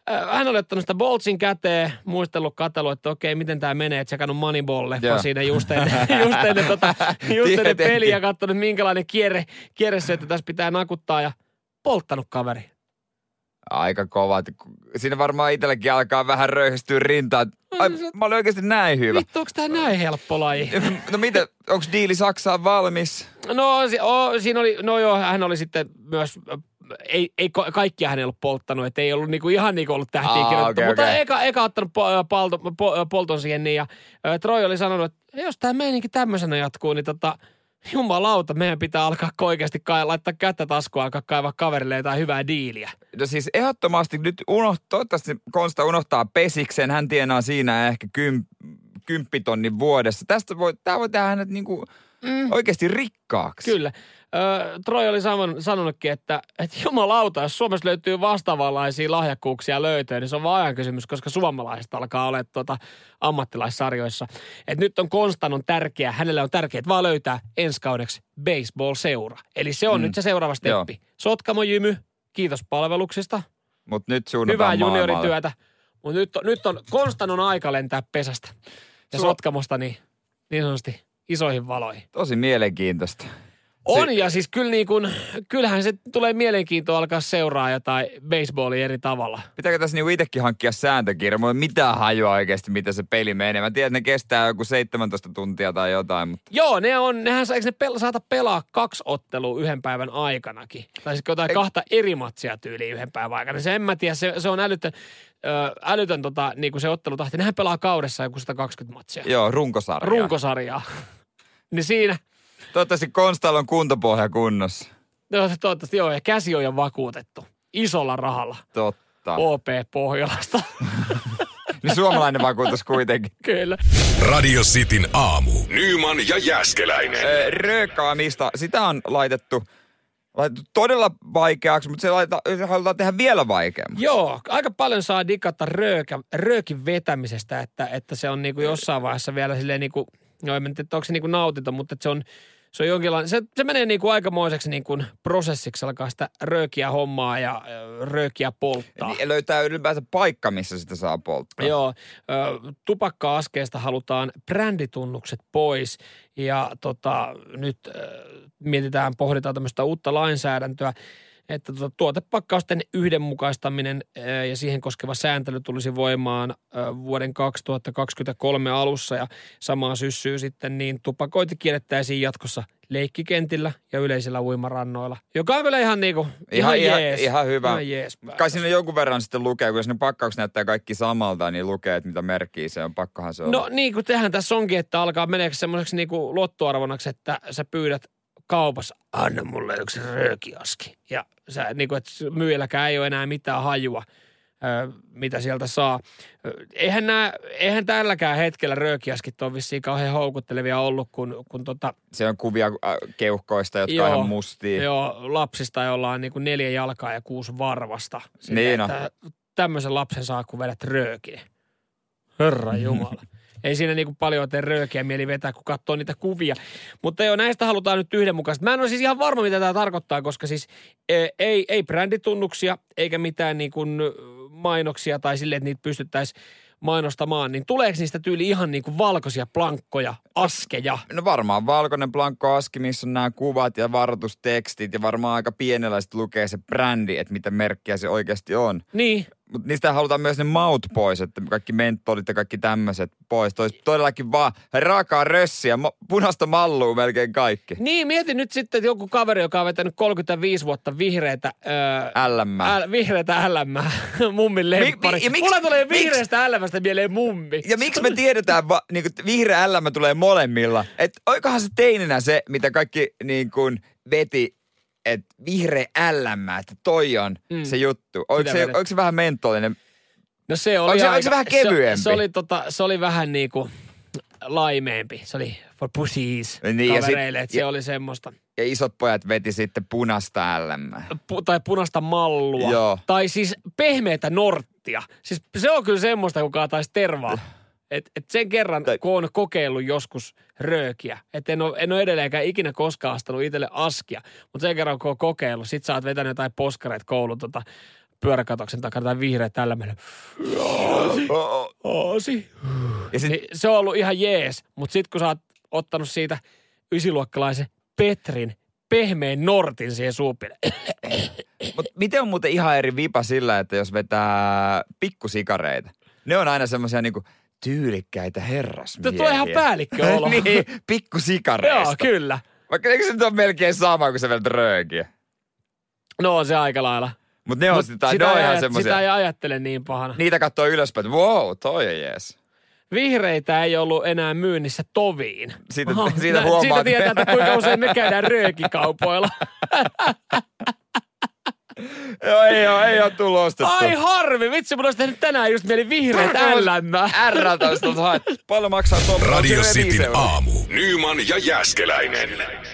Speaker 3: hän oli ottanut sitä Boltsin käteen, muistellut, katsellut, että okei, miten tämä menee, että sekannut Moneyball-leffa siinä just ennen, just ennen, tota, just ennen peliä, katsonut minkälainen kierre, kierre se, että tässä pitää nakuttaa ja polttanut kaveri.
Speaker 2: Aika kovat. Siinä varmaan itselläkin alkaa vähän röyhästyä rintaan. Ai, mä olin oikeasti näin hyvä.
Speaker 3: Vittu, onko tää näin helppo laji?
Speaker 2: No miten, onko diili Saksaan valmis?
Speaker 3: No si- o, siinä oli, no joo, hän oli sitten myös, ei, ei kaikkia hän ei ollut polttanut, että ei ollut niinku ihan niinku ollut tähtiä
Speaker 2: Aa,
Speaker 3: kirjoittu,
Speaker 2: okay,
Speaker 3: mutta
Speaker 2: okay.
Speaker 3: eka, eka ottanut po, palto, po, polton siihen niin, ja ä, Troy oli sanonut, että jos tämä meininki tämmöisenä jatkuu, niin tota, jumalauta, meidän pitää alkaa oikeasti kai, laittaa kättä taskuun, alkaa kaivaa kaverille jotain hyvää diiliä.
Speaker 2: No siis ehdottomasti nyt unohtaa, toivottavasti Konsta unohtaa pesiksen, hän tienaa siinä ehkä kym, kymppitonnin vuodessa. Tästä voi, tää voi tehdä hänet niinku mm. oikeasti rikkaaksi.
Speaker 3: Kyllä. Ö, Troy oli saman, sanonutkin, että, että jumalauta, jos Suomessa löytyy vastaavanlaisia lahjakkuuksia löytöä, niin se on vaan ajan kysymys, koska suomalaiset alkaa olla tuota ammattilaissarjoissa. Et nyt on Konstan on tärkeää, hänelle on tärkeää, että vaan löytää ensi kaudeksi baseball-seura. Eli se on mm. nyt se seuraava steppi. Joo. Sotkamo Jymy, kiitos palveluksista.
Speaker 2: Mut nyt suunnataan
Speaker 3: hyvää juniorityötä. Mutta nyt, nyt on, Konstan on aika lentää pesästä. Ja Su- Sotkamosta niin, niin sanotusti isoihin valoihin.
Speaker 2: Tosi mielenkiintoista.
Speaker 3: On,
Speaker 2: se,
Speaker 3: ja siis kyllä niin kuin, kyllähän se tulee mielenkiintoa alkaa seuraa jotain baseballia eri tavalla.
Speaker 2: Pitääkö tässä niinku itsekin hankkia sääntökirja? Mulla ei mitään hajua oikeasti, mitä se peli menee. Mä tiedän, että ne kestää joku seitsemäntoista tuntia tai jotain, mutta...
Speaker 3: Joo, ne on, nehän eikö ne pel- saata pelaa kaksi ottelua yhden päivän aikanakin? Tai siis jotain ei. kahta eri matsia tyyliin yhden päivän aikana. Se en mä tiedä, se, se on älytön, ö, älytön tota, niin kuin se ottelutahti. Nehän pelaa kaudessa joku sata kaksikymmentä matsia.
Speaker 2: Joo, runkosarjaa.
Speaker 3: Runkosarjaa. Niin siinä...
Speaker 2: Toivottavasti Konstalla on kuntopohja kunnossa.
Speaker 3: No, toivottavasti joo, ja käsi on jo vakuutettu. Isolla rahalla.
Speaker 2: Totta.
Speaker 3: O P Pohjolasta.
Speaker 2: Niin suomalainen vakuutus kuitenkin.
Speaker 3: Kyllä.
Speaker 1: Radio Cityn aamu. Nyman ja Jääskeläinen.
Speaker 2: Öö, röökaamista, sitä on laitettu, laitettu todella vaikeaksi, mutta se, laita, se halutaan tehdä vielä vaikeammaksi.
Speaker 3: Joo, aika paljon saa digata röökä, röökin vetämisestä, että, että se on niinku jossain vaiheessa vielä silleen niinku, no en tiedä, onko se niinku nautinto, mutta se on, se on jonkinlainen, se, se menee niinku aikamoiseksi niinku prosessiksi, alkaa sitä röökiä hommaa ja röökiä polttaa.
Speaker 2: Niin löytää ylipäänsä paikka, missä sitä saa polttaa.
Speaker 3: Joo, tupakka-askeesta halutaan bränditunnukset pois ja tota, nyt mietitään, pohditaan tämmöistä uutta lainsäädäntöä, että tuota, tuotepakkausten yhdenmukaistaminen ja siihen koskeva sääntely tulisi voimaan vuoden kaksituhattakaksikymmentäkolme alussa ja samaa syssyy sitten, niin tupakointi kiellettäisiin jatkossa leikkikentillä ja yleisillä uimarannoilla, joka on kyllä ihan niinku, ihan,
Speaker 2: ihan
Speaker 3: jees.
Speaker 2: Ihan hyvä.
Speaker 3: Ihan jees
Speaker 2: Kai siinä jonkun verran sitten lukee, kun jos ne pakkaukset näyttää kaikki samalta, niin lukee, että mitä merkkiä se on. Pakkohan se on.
Speaker 3: No niin kuin tehän tässä onkin, että alkaa meneeksi semmoiseksi niinku lottoarvonaksi, että sä pyydät kaupassa, anna mulle yksi röökiaski. Ja sä, niin kuin, että myyjälläkään ei ole enää mitään hajua, ö, mitä sieltä saa. Eihän, nää, eihän tälläkään hetkellä röökiaskit ole vissiin kauhean houkuttelevia ollut, kun, kun tota...
Speaker 2: Se on kuvia keuhkoista, jotka joo, on ihan mustia.
Speaker 3: Joo, lapsista, joilla on niin kuin neljä jalkaa ja kuusi varvasta. Silleen,
Speaker 2: niin on.
Speaker 3: Tämmöisen lapsen saa, kun vedät röökiä. Herra Jumala. Ei siinä niinku paljon tee röökiä mieli vetää, kun katsoo niitä kuvia. Mutta joo, näistä halutaan nyt yhdenmukaista. Mä en ole siis ihan varma, mitä tämä tarkoittaa, koska siis ei, ei bränditunnuksia eikä mitään niinku mainoksia tai silleen, että niitä pystyttäisiin mainostamaan. Niin tuleeko niistä tyyli ihan niinku valkoisia plankkoja, askeja?
Speaker 2: No varmaan valkoinen plankko aski, missä on nämä kuvat ja varoitustekstit ja varmaan aika pienellä sitten lukee se brändi, että mitä merkkiä se oikeasti on.
Speaker 3: Niin.
Speaker 2: Mutta niistä halutaan myös ne maut pois, että kaikki mentolit ja kaikki tämmöiset pois. Tois todellakin vaan raakaa rössiä, ma- punaista mallua melkein kaikki.
Speaker 3: Niin, mietin nyt sitten, että joku kaveri, joka on vetänyt kolmekymmentäviisi vuotta vihreätä... Öö,
Speaker 2: Älämmää.
Speaker 3: Äl, vihreätä älämmää, mummin lemppari. Mi, mi, Mulla tulee vihreästä älämästä mieleen mummi.
Speaker 2: Ja miksi me tiedetään, va, niin kuin vihreä älämä tulee molemmilla? Että oikohan se teininä se, mitä kaikki niin kuin veti, että vihreä älämä, että toi on mm. se juttu. Oliko se, oliko se vähän mentolinen?
Speaker 3: No se oli
Speaker 2: oliko se,
Speaker 3: aika,
Speaker 2: oliko se vähän kevyempi?
Speaker 3: Se, se, oli, tota, se oli vähän niinku laimeempi. Se oli for pussies
Speaker 2: niin,
Speaker 3: kavereille, että se
Speaker 2: ja,
Speaker 3: oli semmoista.
Speaker 2: Ja isot pojat veti sitten punaista älämää.
Speaker 3: Pu, tai punaista mallua.
Speaker 2: Joo.
Speaker 3: Tai siis pehmeätä norttia. Siis se on kyllä semmoista, kun kaataisi tervaa. Että et sen kerran, tai... kun on kokeillut joskus röökiä, että en ole, en ole edelleenkään ikinä koskaan astanut itselle askia, mutta sen kerran, kun on kokeillut, sit sä oot vetänyt jotain poskareita koulun tota, pyöräkatoksen takana tai vihreä tällä meillä. Aasi.
Speaker 2: Ja sit...
Speaker 3: niin se on ollut ihan jees, mutta sit kun sä oot ottanut siitä ysiluokkalaisen Petrin pehmeän nortin siihen suupille.
Speaker 2: Mut miten on muuten ihan eri vipa sillä, että jos vetää pikkusikareita? Ne on aina semmoisia niinku tyylikkäitä herrasmiehiä.
Speaker 3: Tuo tulee ihan päällikköolo.
Speaker 2: Niin, pikkusikareista.
Speaker 3: Joo, kyllä.
Speaker 2: Vaikka eikö se nyt ole melkein sama, kun sä vedät röökiä?
Speaker 3: No on se aika lailla.
Speaker 2: Mut ne on,
Speaker 3: Mut
Speaker 2: sitä,
Speaker 3: sitä,
Speaker 2: ne on
Speaker 3: ei
Speaker 2: ihan
Speaker 3: ajat,
Speaker 2: semmoisia.
Speaker 3: sitä ei ajattele niin pahana.
Speaker 2: Niitä katsoo ylöspäin, että wow, toi on jees.
Speaker 3: Vihreitä ei ollut enää myynnissä toviin.
Speaker 2: Siitä,
Speaker 3: Aha,
Speaker 2: siitä
Speaker 3: nä,
Speaker 2: huomaa.
Speaker 3: siitä tietää, että kuinka usein me käydään röökikaupoilla.
Speaker 2: Joo, ei ole, ei ole tullut ostettu.
Speaker 3: Ai harmi, vitsi, mun olisi tehnyt tänään just mieli vihreät älämmää.
Speaker 2: Ärrältä olisi tuolta haet. Paljon maksaa tuolla.
Speaker 1: Radio Cityn aamu. Nyman ja Jääskeläinen.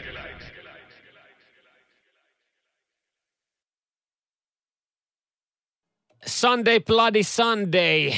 Speaker 3: Sunday Bloody Sunday.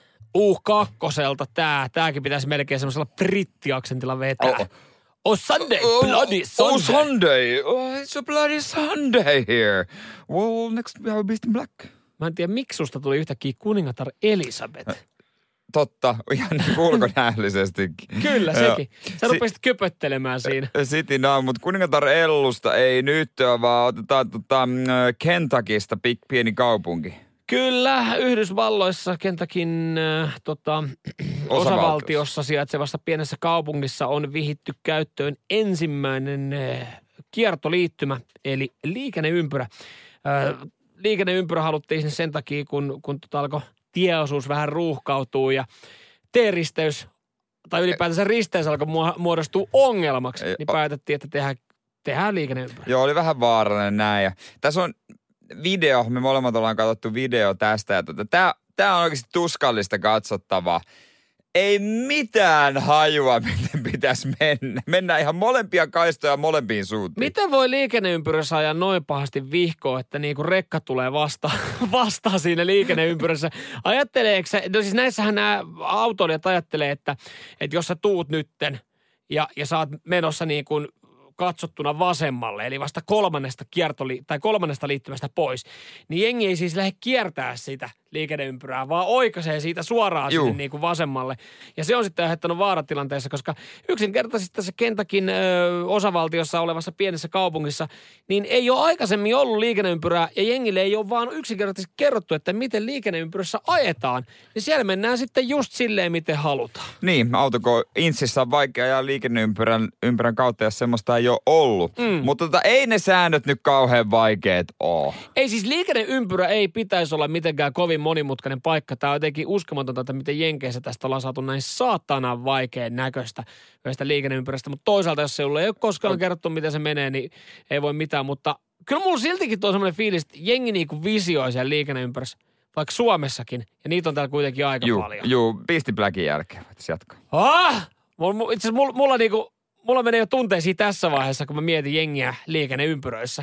Speaker 3: U kakkoselta tää. Tääkin pitäisi melkein semmoisella brittiaksentilla vetää.
Speaker 2: Oh.
Speaker 3: Oh Sunday Bloody Sunday.
Speaker 2: Oh Sunday. Oh, it's a bloody Sunday here. Well, next we have a beast in black.
Speaker 3: Mä en tiedä, miksi susta tuli yhtäkkiä kuningatar Elisabeth.
Speaker 2: Totta, ihan niin ulkonäöllisestikin.
Speaker 3: Kyllä, sekin. Sä
Speaker 2: Si-
Speaker 3: rupesit köpöttelemään siinä.
Speaker 2: City no, mutta kuningatar Ellusta ei nyt, vaan otetaan tota, Kentuckysta pieni kaupunki.
Speaker 3: Kyllä, Yhdysvalloissa Kentuckyn äh, tota, osavaltiossa sijaitsevassa pienessä kaupungissa on vihitty käyttöön ensimmäinen äh, kiertoliittymä, eli liikenneympyrä. Äh, liikenneympyrä haluttiin sinne sen takia, kun, kun tota alkoi tieosuus vähän ruuhkautuu ja T-risteys tai ylipäätänsä risteys alkoi muodostua ongelmaksi, ei, niin päätettiin, että tehdään, tehdään liikenneympyrä.
Speaker 2: Joo, oli vähän vaarallinen näin. Ja tässä on video, me molemmat ollaan katsottu video tästä. Ja tota, tää, tää on oikeasti tuskallista katsottavaa. Ei mitään hajua, miten pitäisi mennä. Mennään ihan molempia kaistoja molempiin suuntiin.
Speaker 3: Miten voi liikenneympyrässä ajaa noin pahasti vihkoon, että niinku rekka tulee vastaan, vastaan siinä liikenneympyrässä? Ajatteleeko se, no siis näissähän nämä autoilijat ajattelee, että, että jos sä tuut nytten ja, ja sä oot menossa niin kuin katsottuna vasemmalle, eli vasta kolmannesta kiertoli- tai kolmannesta liittymästä pois, niin jengi ei siis lähde kiertää sitä liikenneympyrää, vaan oikaisee siitä suoraan Juh. sinne niin kuin vasemmalle. Ja se on sitten aiheuttanut vaaratilanteessa, koska yksinkertaisesti tässä Kentuckyn ö, osavaltiossa olevassa pienessä kaupungissa, niin ei ole aikaisemmin ollut liikenneympyrää, ja jengille ei ole vaan yksinkertaisesti kerrottu, että miten liikenneympyrässä ajetaan. Niin siellä mennään sitten just silleen, miten halutaan.
Speaker 2: Niin, autoko insissä on vaikea ajaa liikenneympyrän ympyrän kautta, jos semmoista ei ole ollut. Mm. Mutta tota, ei ne säännöt nyt kauhean vaikeet ole.
Speaker 3: Ei siis liikenneympyrä ei pitäisi olla mitenkään kovin monimutkainen paikka. Tämä on jotenkin uskomatonta, että miten Jenkeissä tästä ollaan saatu näin saatanan vaikean näköistä yhdestä liikenneympyrästä. Mutta toisaalta, jos se ei ole koskaan kerrottu, miten se menee, niin ei voi mitään. Mutta kyllä mulla siltikin tuo semmoinen fiilis, että jengi niinku visioi siellä liikenneympyrässä, vaikka Suomessakin. Ja niitä on täällä kuitenkin aika
Speaker 2: Juu,
Speaker 3: paljon.
Speaker 2: Joo, Beastie Blackin jälkeen. Voitaisiin jatkaa.
Speaker 3: Ah! Itse asiassa mulla, mulla, niinku, mulla menee jo tunteisiin tässä vaiheessa, kun mä mietin jengiä liikenneympyröissä.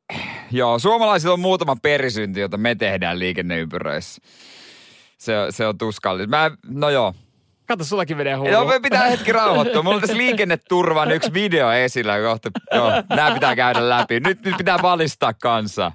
Speaker 2: Joo, suomalaisilla on muutama perisynti, jota me tehdään liikenneympyröissä. Se, se on tuskallista. Mä, no joo.
Speaker 3: Kato, sullakin menee huono.
Speaker 2: Joo, me pitää hetki rauhoittua. Mulla on tässä liikenneturvan yksi video esillä kohta. Joo, nää pitää käydä läpi. Nyt, nyt pitää valistaa kansaa.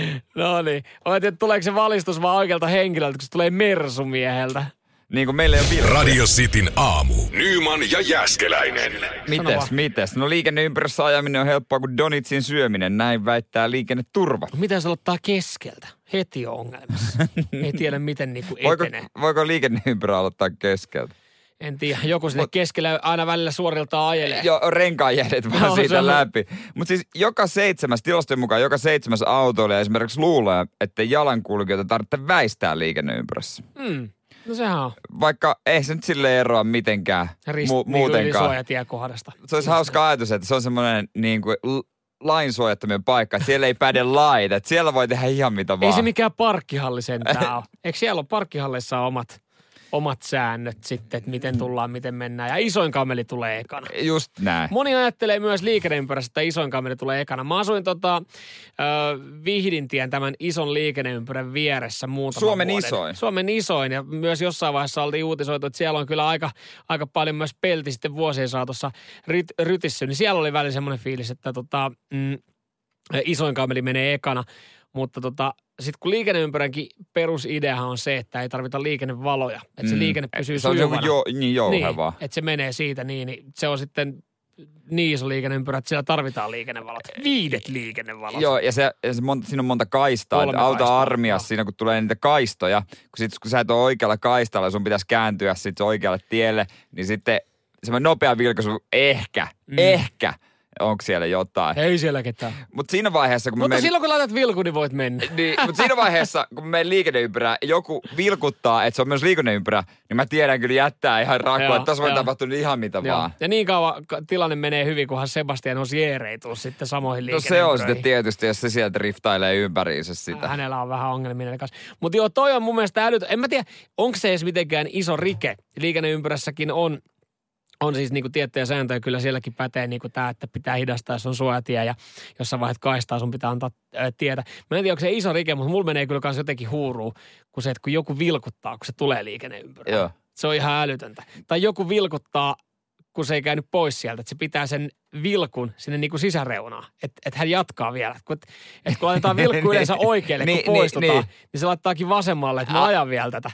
Speaker 3: No niin. Mä tiedän, tuleeko se valistus vaan oikealta henkilöltä, kun se tulee mersumieheltä.
Speaker 2: Niin kuin meillä ei ole virta.
Speaker 1: Radio Cityn aamu. Nyman ja Jääskeläinen.
Speaker 2: Mites, mites? No liikenneympyrässä ajaminen on helppoa kuin donitsin syöminen. Näin väittää liikenneturva.
Speaker 3: Mitä se ottaa keskeltä? Heti on ongelmassa. Ei tiedä, miten niinku etenee.
Speaker 2: Voiko, voiko liikenneympyrä aloittaa keskeltä?
Speaker 3: En tiedä. Joku sinne keskellä aina välillä suoriltaan ajelee.
Speaker 2: Joo, renkaanjädet vaan no, siitä on läpi. Mutta siis joka seitsemäs, tilastojen mukaan joka seitsemäs autoilija esimerkiksi luulee, että jalankulkijoita tarvitsee väistää liikenneympyrässä.
Speaker 3: Mm. No sehän on.
Speaker 2: Vaikka ei se nyt silleen eroa mitenkään
Speaker 3: Rist,
Speaker 2: mu- muutenkaan.
Speaker 3: Niin suojatiekohdasta.
Speaker 2: Se olisi hauska ajatus, että se on semmoinen niin kuin lainsuojattomien paikka. Että siellä ei päde lait, että siellä voi tehdä ihan mitä vaan.
Speaker 3: Ei se mikään parkkihalli sentään ole. Eikö siellä ole parkkihalleissa omat, omat säännöt sitten, että miten tullaan, miten mennään. Ja isoin kameli tulee ekana.
Speaker 2: Just näin.
Speaker 3: Moni ajattelee myös liikenneympyrässä, että isoin kameli tulee ekana. Mä asuin tota, äh, Vihdintien tämän ison liikenneympyrän vieressä muutaman
Speaker 2: Suomen
Speaker 3: vuoden.
Speaker 2: isoin.
Speaker 3: Suomen isoin. Ja myös jossain vaiheessa oltiin uutisoitu, että siellä on kyllä aika, aika paljon myös pelti sitten vuosien saatossa rit, rytissy. Niin siellä oli välillä semmoinen fiilis, että tota, mm, isoin kameli menee ekana. Mutta tota, sitten kun liikenneympyränkin perusideahan on se, että ei tarvita liikennevaloja. Että se mm. liikenne pysyy
Speaker 2: se on
Speaker 3: sujuvana.
Speaker 2: Jo, niin jouhevaa.
Speaker 3: Niin, että se menee siitä niin, niin se on sitten niin iso liikenneympyrä, että siellä tarvitaan liikennevalot. Viidet liikennevalot.
Speaker 2: Joo, ja, se, ja se monta, siinä on monta kaistaa. Kolme auta kaistaa, armiassa siinä, kun tulee niitä kaistoja. Kun, sit, kun sä et ole oikealla kaistalla, sun pitäisi kääntyä sit oikealle tielle, niin sitten semmoinen nopea vilkaisu, ehkä, mm. ehkä, onko siellä jotain.
Speaker 3: Ei siellä ketään.
Speaker 2: Mutta siinä vaiheessa, kun
Speaker 3: Mutta
Speaker 2: me
Speaker 3: silloin, kun laitat vilkun, niin voit mennä.
Speaker 2: Niin, mutta siinä vaiheessa, kun me menen liikenneympyrää, joku vilkuttaa, että se on myös liikenneympyrä, niin mä tiedän kyllä jättää ihan rakkua, että tässä voi tapahtua ihan mitä joo. vaan.
Speaker 3: Ja niin kauan tilanne menee hyvin, kunhan Sebastian Osier ei tule sitten samoihin liikenneympyröihin.
Speaker 2: No se on sitten tietysti, jos se sieltä riftailee ympäriinsä sitä.
Speaker 3: Hänellä on vähän ongelmia kanssa. Mutta joo, toi on mun mielestä älytön. En mä tiedä, onko se edes mitenkään iso rike. Liikenneympyrässäkin on On siis niinku tiettyjä sääntöjä, kyllä sielläkin pätee niinku tämä, että pitää hidastaa, jos on suojatie ja jos sä vaihdat kaistaa, sun pitää antaa ää, tietä. Mä en tiedä, onko se iso rike, mutta mulla menee kyllä kanssa jotenkin huuruun, kun se, että kun joku vilkuttaa, kun se tulee liikenneympyrään. Joo. Se on ihan älytöntä. Tai joku vilkuttaa, kun se ei käynyt pois sieltä, että se pitää sen vilkun sinne niinku sisäreunaan, että et hän jatkaa vielä. Et kun, et kun laitetaan vilkku yleensä oikealle, kun niin, poistutaan, niin, niin. niin se laittaakin vasemmalle, että mä ajan vielä tätä.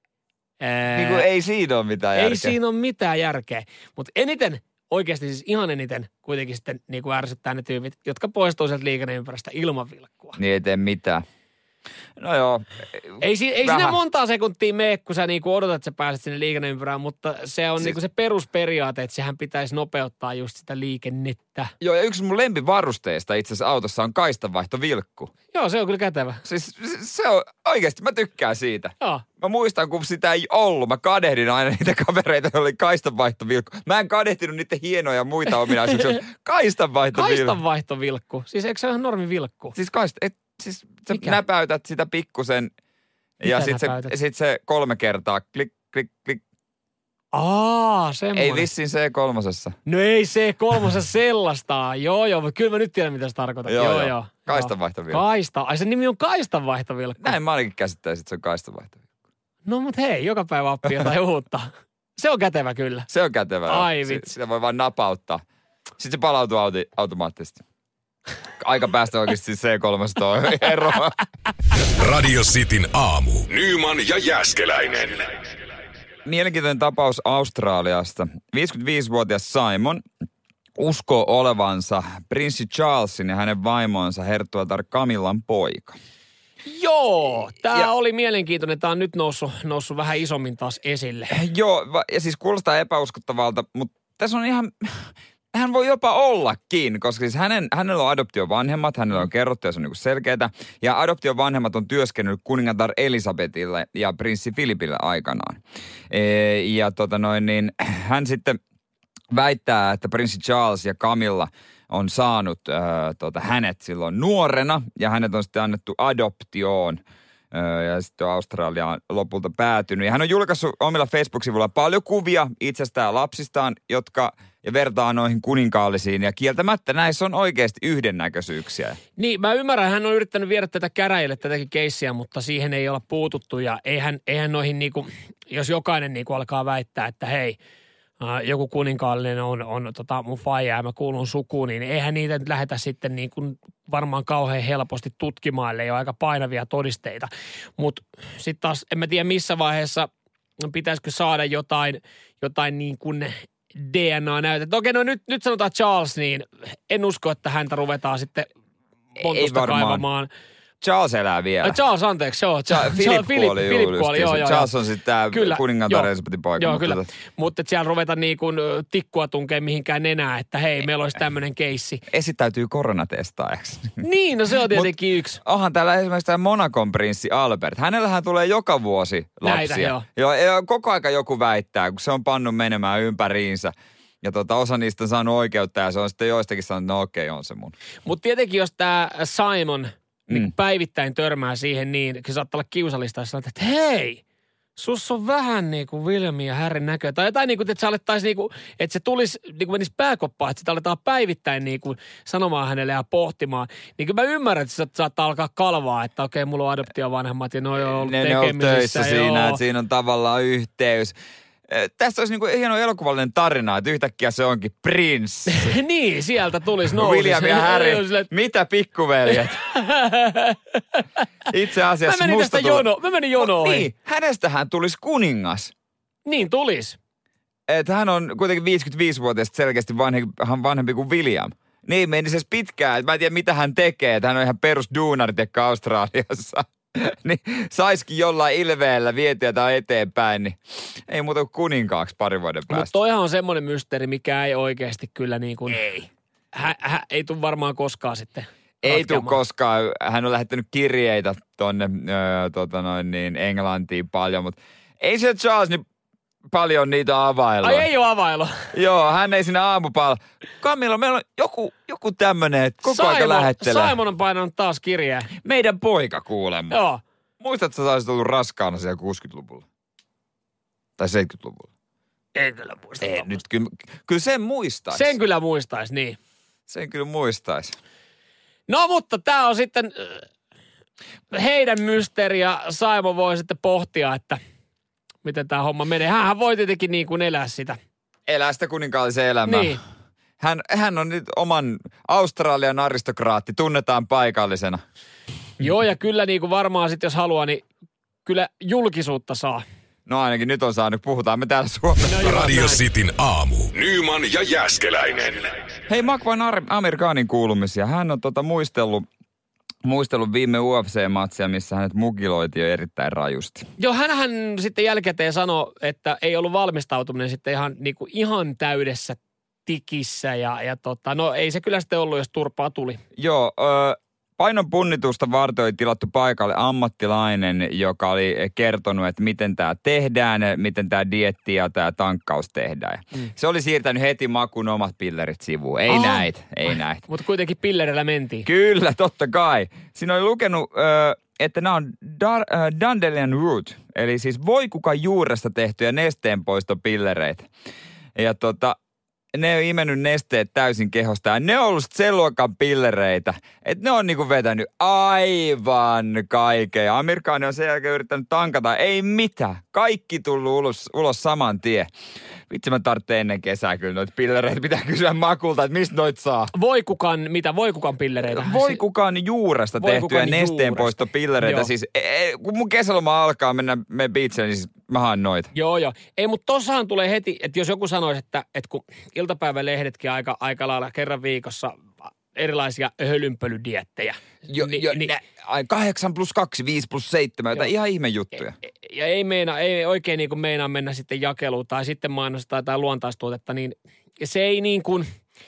Speaker 2: Niin kuin ei siinä ole mitään järkeä.
Speaker 3: Ei siinä ole mitään järkeä. Mutta eniten, oikeasti siis ihan eniten kuitenkin sitten niin kuin ärsyttää ne tyypit, jotka poistuu sieltä liikenneympyrästä ilman vilkkua.
Speaker 2: Niin ei tee mitään. No joo.
Speaker 3: Ei, si- ei siinä montaa sekuntia mene, kun sä niinku odotat, että sä pääset sinne liikenneympyrään, mutta se on siis niinku se perusperiaate, että sehän pitäisi nopeuttaa just sitä liikennettä.
Speaker 2: Joo, ja yksi mun lempivarusteista itse asiassa autossa on kaistanvaihtovilkku.
Speaker 3: Joo, se on kyllä kätevä.
Speaker 2: Siis se on, oikeasti mä tykkään siitä.
Speaker 3: Joo.
Speaker 2: Mä muistan, kun sitä ei ollut. Mä kadehdin aina niitä kavereita, joilla oli kaistanvaihtovilkku. Mä en kadehtinut niitä hienoja muita ominaisuuksia. Kaistanvaihtovilkku.
Speaker 3: Kaistanvaihtovilkku. Siis eikö se ole ihan normivilkku?
Speaker 2: Siis kaista, et, siis sä Mikä? näpäytät sitä pikkusen ja sit se, sit se kolme kertaa klik, klik, klik.
Speaker 3: Aa, semmoinen.
Speaker 2: Ei vissiin C kolme.
Speaker 3: No ei C kolme sellaista. Joo, joo, mutta kyllä mä nyt tiedän, mitä se tarkoittaa. Joo, joo. joo.
Speaker 2: Kaistanvaihtovilkku.
Speaker 3: Kaista. Ai se nimi on kaistanvaihtovilkku.
Speaker 2: Näin mä ainakin käsittäisin, että se on kaistanvaihtovilkku.
Speaker 3: No mut hei, joka päivä oppii jotain uutta. Se on kätevä kyllä.
Speaker 2: Se on kätevä.
Speaker 3: Ai vitsi.
Speaker 2: Sitä voi vaan napauttaa. Sitten se palautuu auti, automaattisesti. Aika päästä oikeasti C kolme on eroa.
Speaker 1: Radio Cityn aamu. Nyman ja Jääskeläinen.
Speaker 2: Mielenkiintoinen tapaus Australiasta. viisikymmentäviisivuotias Simon uskoo olevansa prinssi Charlesin ja hänen vaimonsa herttuatar Camillan poika.
Speaker 3: Joo, tämä ja, oli mielenkiintoinen. Tämä on nyt noussut, noussut vähän isommin taas esille.
Speaker 2: Joo, ja siis kuulostaa epäuskottavalta, mutta tässä on ihan... Hän voi jopa ollakin, koska siis hänen, hänellä on adoptiovanhemmat, hänellä on kerrottu ja se on niin selkeää. Ja adoptiovanhemmat on työskennellyt kuningatar Elisabetille ja prinssi Filipille aikanaan. E, ja tota noin, niin hän sitten väittää, että prinssi Charles ja Camilla on saanut äh, tota, hänet silloin nuorena ja hänet on sitten annettu adoptioon. Ja sitten Australiaan lopulta päätynyt. Ja hän on julkaissut omilla Facebook-sivuilla paljon kuvia itsestään ja lapsistaan, jotka ja vertaa noihin kuninkaallisiin. Ja kieltämättä näissä on oikeasti yhdennäköisyyksiä.
Speaker 3: Niin, mä ymmärrän, hän on yrittänyt viedä tätä käräjille, tätäkin keissiä, mutta siihen ei olla puututtu. Ja eihän, eihän noihin niinku, jos jokainen niinku alkaa väittää, että hei, joku kuninkaallinen on, on tota mun faija ja mä kuulun sukuun, niin eihän niitä nyt lähdetä sitten niin kuin varmaan kauhean helposti tutkimaan, ellei ole aika painavia todisteita. Mutta sitten taas en mä tiedä missä vaiheessa pitäisikö saada jotain, jotain niin kuin D N A-näytettä. Okei, no nyt, nyt sanotaan Charles, niin en usko, että häntä ruvetaan sitten pontusta kaivamaan.
Speaker 2: Charles elää vielä.
Speaker 3: Ai Charles, anteeksi, joo.
Speaker 2: Charles, Philip kuoli,
Speaker 3: Philip kuoli, joo, joo.
Speaker 2: Charles on sitten tämä kuningatar Elisabetin poika.
Speaker 3: Joo, kyllä. Mutta et siellä ruveta niin kuin tikkua tunkee mihinkään enää, että hei, meillä olisi tämmöinen keissi.
Speaker 2: Esittäytyy koronatestaajaksi.
Speaker 3: Niin, no se on tietenkin yksi.
Speaker 2: Onhan täällä esimerkiksi tämä Monacon prinssi Albert. Hänellähän tulee joka vuosi lapsia.
Speaker 3: Näitä, joo.
Speaker 2: Joo, ja koko aika joku väittää, kun se on pannut menemään ympäriinsä. Ja tota, osa niistä on saanut oikeutta ja se on sitten joistakin sanonut, että no okei, okay, on se mun.
Speaker 3: Mutta tietenkin, jos tämä Simon niin mm. päivittäin törmää siihen niin, kun saattaa olla kiusallista, ja sanoo, että hei, sus on vähän niin kuin Williamin ja Harryn näköä. Tai jotain niin kuin, että se alettaisiin niin kuin, että se tulisi, niin kuin menisi pääkoppaan, että sitä aletaan päivittäin niin kuin sanomaan hänelle ja pohtimaan. Niin kuin mä ymmärrän, että se saattaa alkaa kalvaa, että okei, mulla on adoptiovanhemmat ja ne on ollut
Speaker 2: ne,
Speaker 3: tekemisissä.
Speaker 2: Ne on töissä siinä, että siinä on tavallaan yhteys. Tässä olisi niinku hieno elokuvallinen tarina, että yhtäkkiä se onkin prinssi.
Speaker 3: Niin, sieltä tulisi nousi.
Speaker 2: William ja Harry, mitä pikkuveljet? Itse asiassa
Speaker 3: mä menin
Speaker 2: musta
Speaker 3: tästä
Speaker 2: tuli...
Speaker 3: jono, mä menin jonoihin.
Speaker 2: No, niin, hänestähän tulisi kuningas.
Speaker 3: Niin tulisi.
Speaker 2: Että hän on kuitenkin viisikymmentäviisivuotiaasta selkeästi vanhempi, vanhempi kuin William. Niin meni se pitkään, mä en tiedä mitä hän tekee, että hän on ihan perus duunari tekkä Australiassa. Niin saisikin jollain ilveellä vietyä tai eteenpäin, niin ei muuta kuin kuninkaaksi pari vuoden päästä.
Speaker 3: Mutta toihan on semmoinen mysteeri, mikä ei oikeasti kyllä niin kuin...
Speaker 2: Ei.
Speaker 3: Hä, hä, ei tule varmaan koskaan sitten
Speaker 2: Ei tule koskaan. Hän on lähettänyt kirjeitä tonne öö, tota noin niin, Englantiin paljon, mutta ei se Charles niin paljon niitä availla.
Speaker 3: Ai ei ole availla.
Speaker 2: Joo, hän ei sinne aamupalla. Camilla, meillä on joku, joku tämmönen, että koko
Speaker 3: Simon,
Speaker 2: ajan lähettelee.
Speaker 3: Simon on painanut taas kirjeen.
Speaker 2: Meidän poika kuulemma.
Speaker 3: Joo.
Speaker 2: Muistatko, että sä olisit ollut raskaana siellä kuusikymmentäluvulla? Tai seitsemänkymmentäluvulla?
Speaker 3: En kyllä muista.
Speaker 2: Ei, nyt kyllä, kyllä sen muistaisi.
Speaker 3: Sen kyllä muistaisi, niin.
Speaker 2: Sen kyllä muistaisi.
Speaker 3: No mutta tää on sitten äh, heidän mysteeri ja Simon voi sitten pohtia, että miten tää homma menee. Hänhän voi tietenkin niin kuin elää sitä.
Speaker 2: Elää sitä kuninkaallisen elämää.
Speaker 3: Niin.
Speaker 2: Hän, hän on nyt oman Australian aristokraatti, tunnetaan paikallisena.
Speaker 3: Joo, ja kyllä niin kuin varmaan sitten jos haluaa, niin kyllä julkisuutta saa.
Speaker 2: No ainakin nyt on saanut, puhutaan me täällä Suomessa.
Speaker 3: No,
Speaker 1: Radio Cityn aamu. Nyman ja Jääskeläinen.
Speaker 2: Hei, Makvan Amerikaanin kuulumisia. Hän on tota muistellut, muistellut viime U F C-matsia, missä hänet mukiloitiin jo erittäin rajusti.
Speaker 3: Joo, hänhän sitten jälkikäteen sanoi, että ei ollut valmistautuminen sitten ihan, niin kuin ihan täydessä tikissä. Ja, ja tota, no ei se kyllä sitten ollut, jos turpaa tuli.
Speaker 2: Joo, ö, painon punnitusta varten oli tilattu paikalle ammattilainen, joka oli kertonut, että miten tämä tehdään, miten tämä dieetti ja tämä tankkaus tehdään. Mm. Se oli siirtänyt heti makuun omat pillerit sivuun. Ei Aha. näitä, ei näitä.
Speaker 3: Mutta kuitenkin pillerillä mentiin.
Speaker 2: Kyllä, totta kai. Siinä oli lukenut, että nämä on Dar- äh, Dandelion Root, eli siis voikukan juuresta tehtyjä nesteenpoistopillereitä. Ja tota... Ne on imennyt nesteet täysin kehosta ja ne on ollut sen luokan pillereitä, että ne on niinku vetänyt aivan kaikkea. Amerikaani on sen jälkeen yrittänyt tankata, ei mitään. Kaikki tullut ulos, ulos saman tien. Vitsi mä tarvitsen ennen kesää kyllä noita pillereitä. Pitää kysyä makulta, että mistä noita saa.
Speaker 3: Voikukan, mitä voikukan pillereitä?
Speaker 2: Voikukan juuresta
Speaker 3: Voikukan
Speaker 2: tehtyjä nesteenpoistopillereitä. Siis e, kun mun kesäloma alkaa mennä me beachille, niin siis mä haen noita.
Speaker 3: Joo, joo. Ei, mutta tossahan tulee heti, että jos joku sanoisi, että, että kun iltapäivälehdetkin aika, aika lailla kerran viikossa erilaisia hölynpölydiettejä.
Speaker 2: Jo,
Speaker 3: Ni,
Speaker 2: jo,
Speaker 3: ni,
Speaker 2: nä, kahdeksan plus kaksi, viisi plus seitsemän, jotain ihan ihme juttuja.
Speaker 3: Ja, ja ei, meina, ei oikein niin kuin meinaa mennä sitten jakeluun tai sitten mainostaa tai luontaistuotetta, niin se ei niin kuin,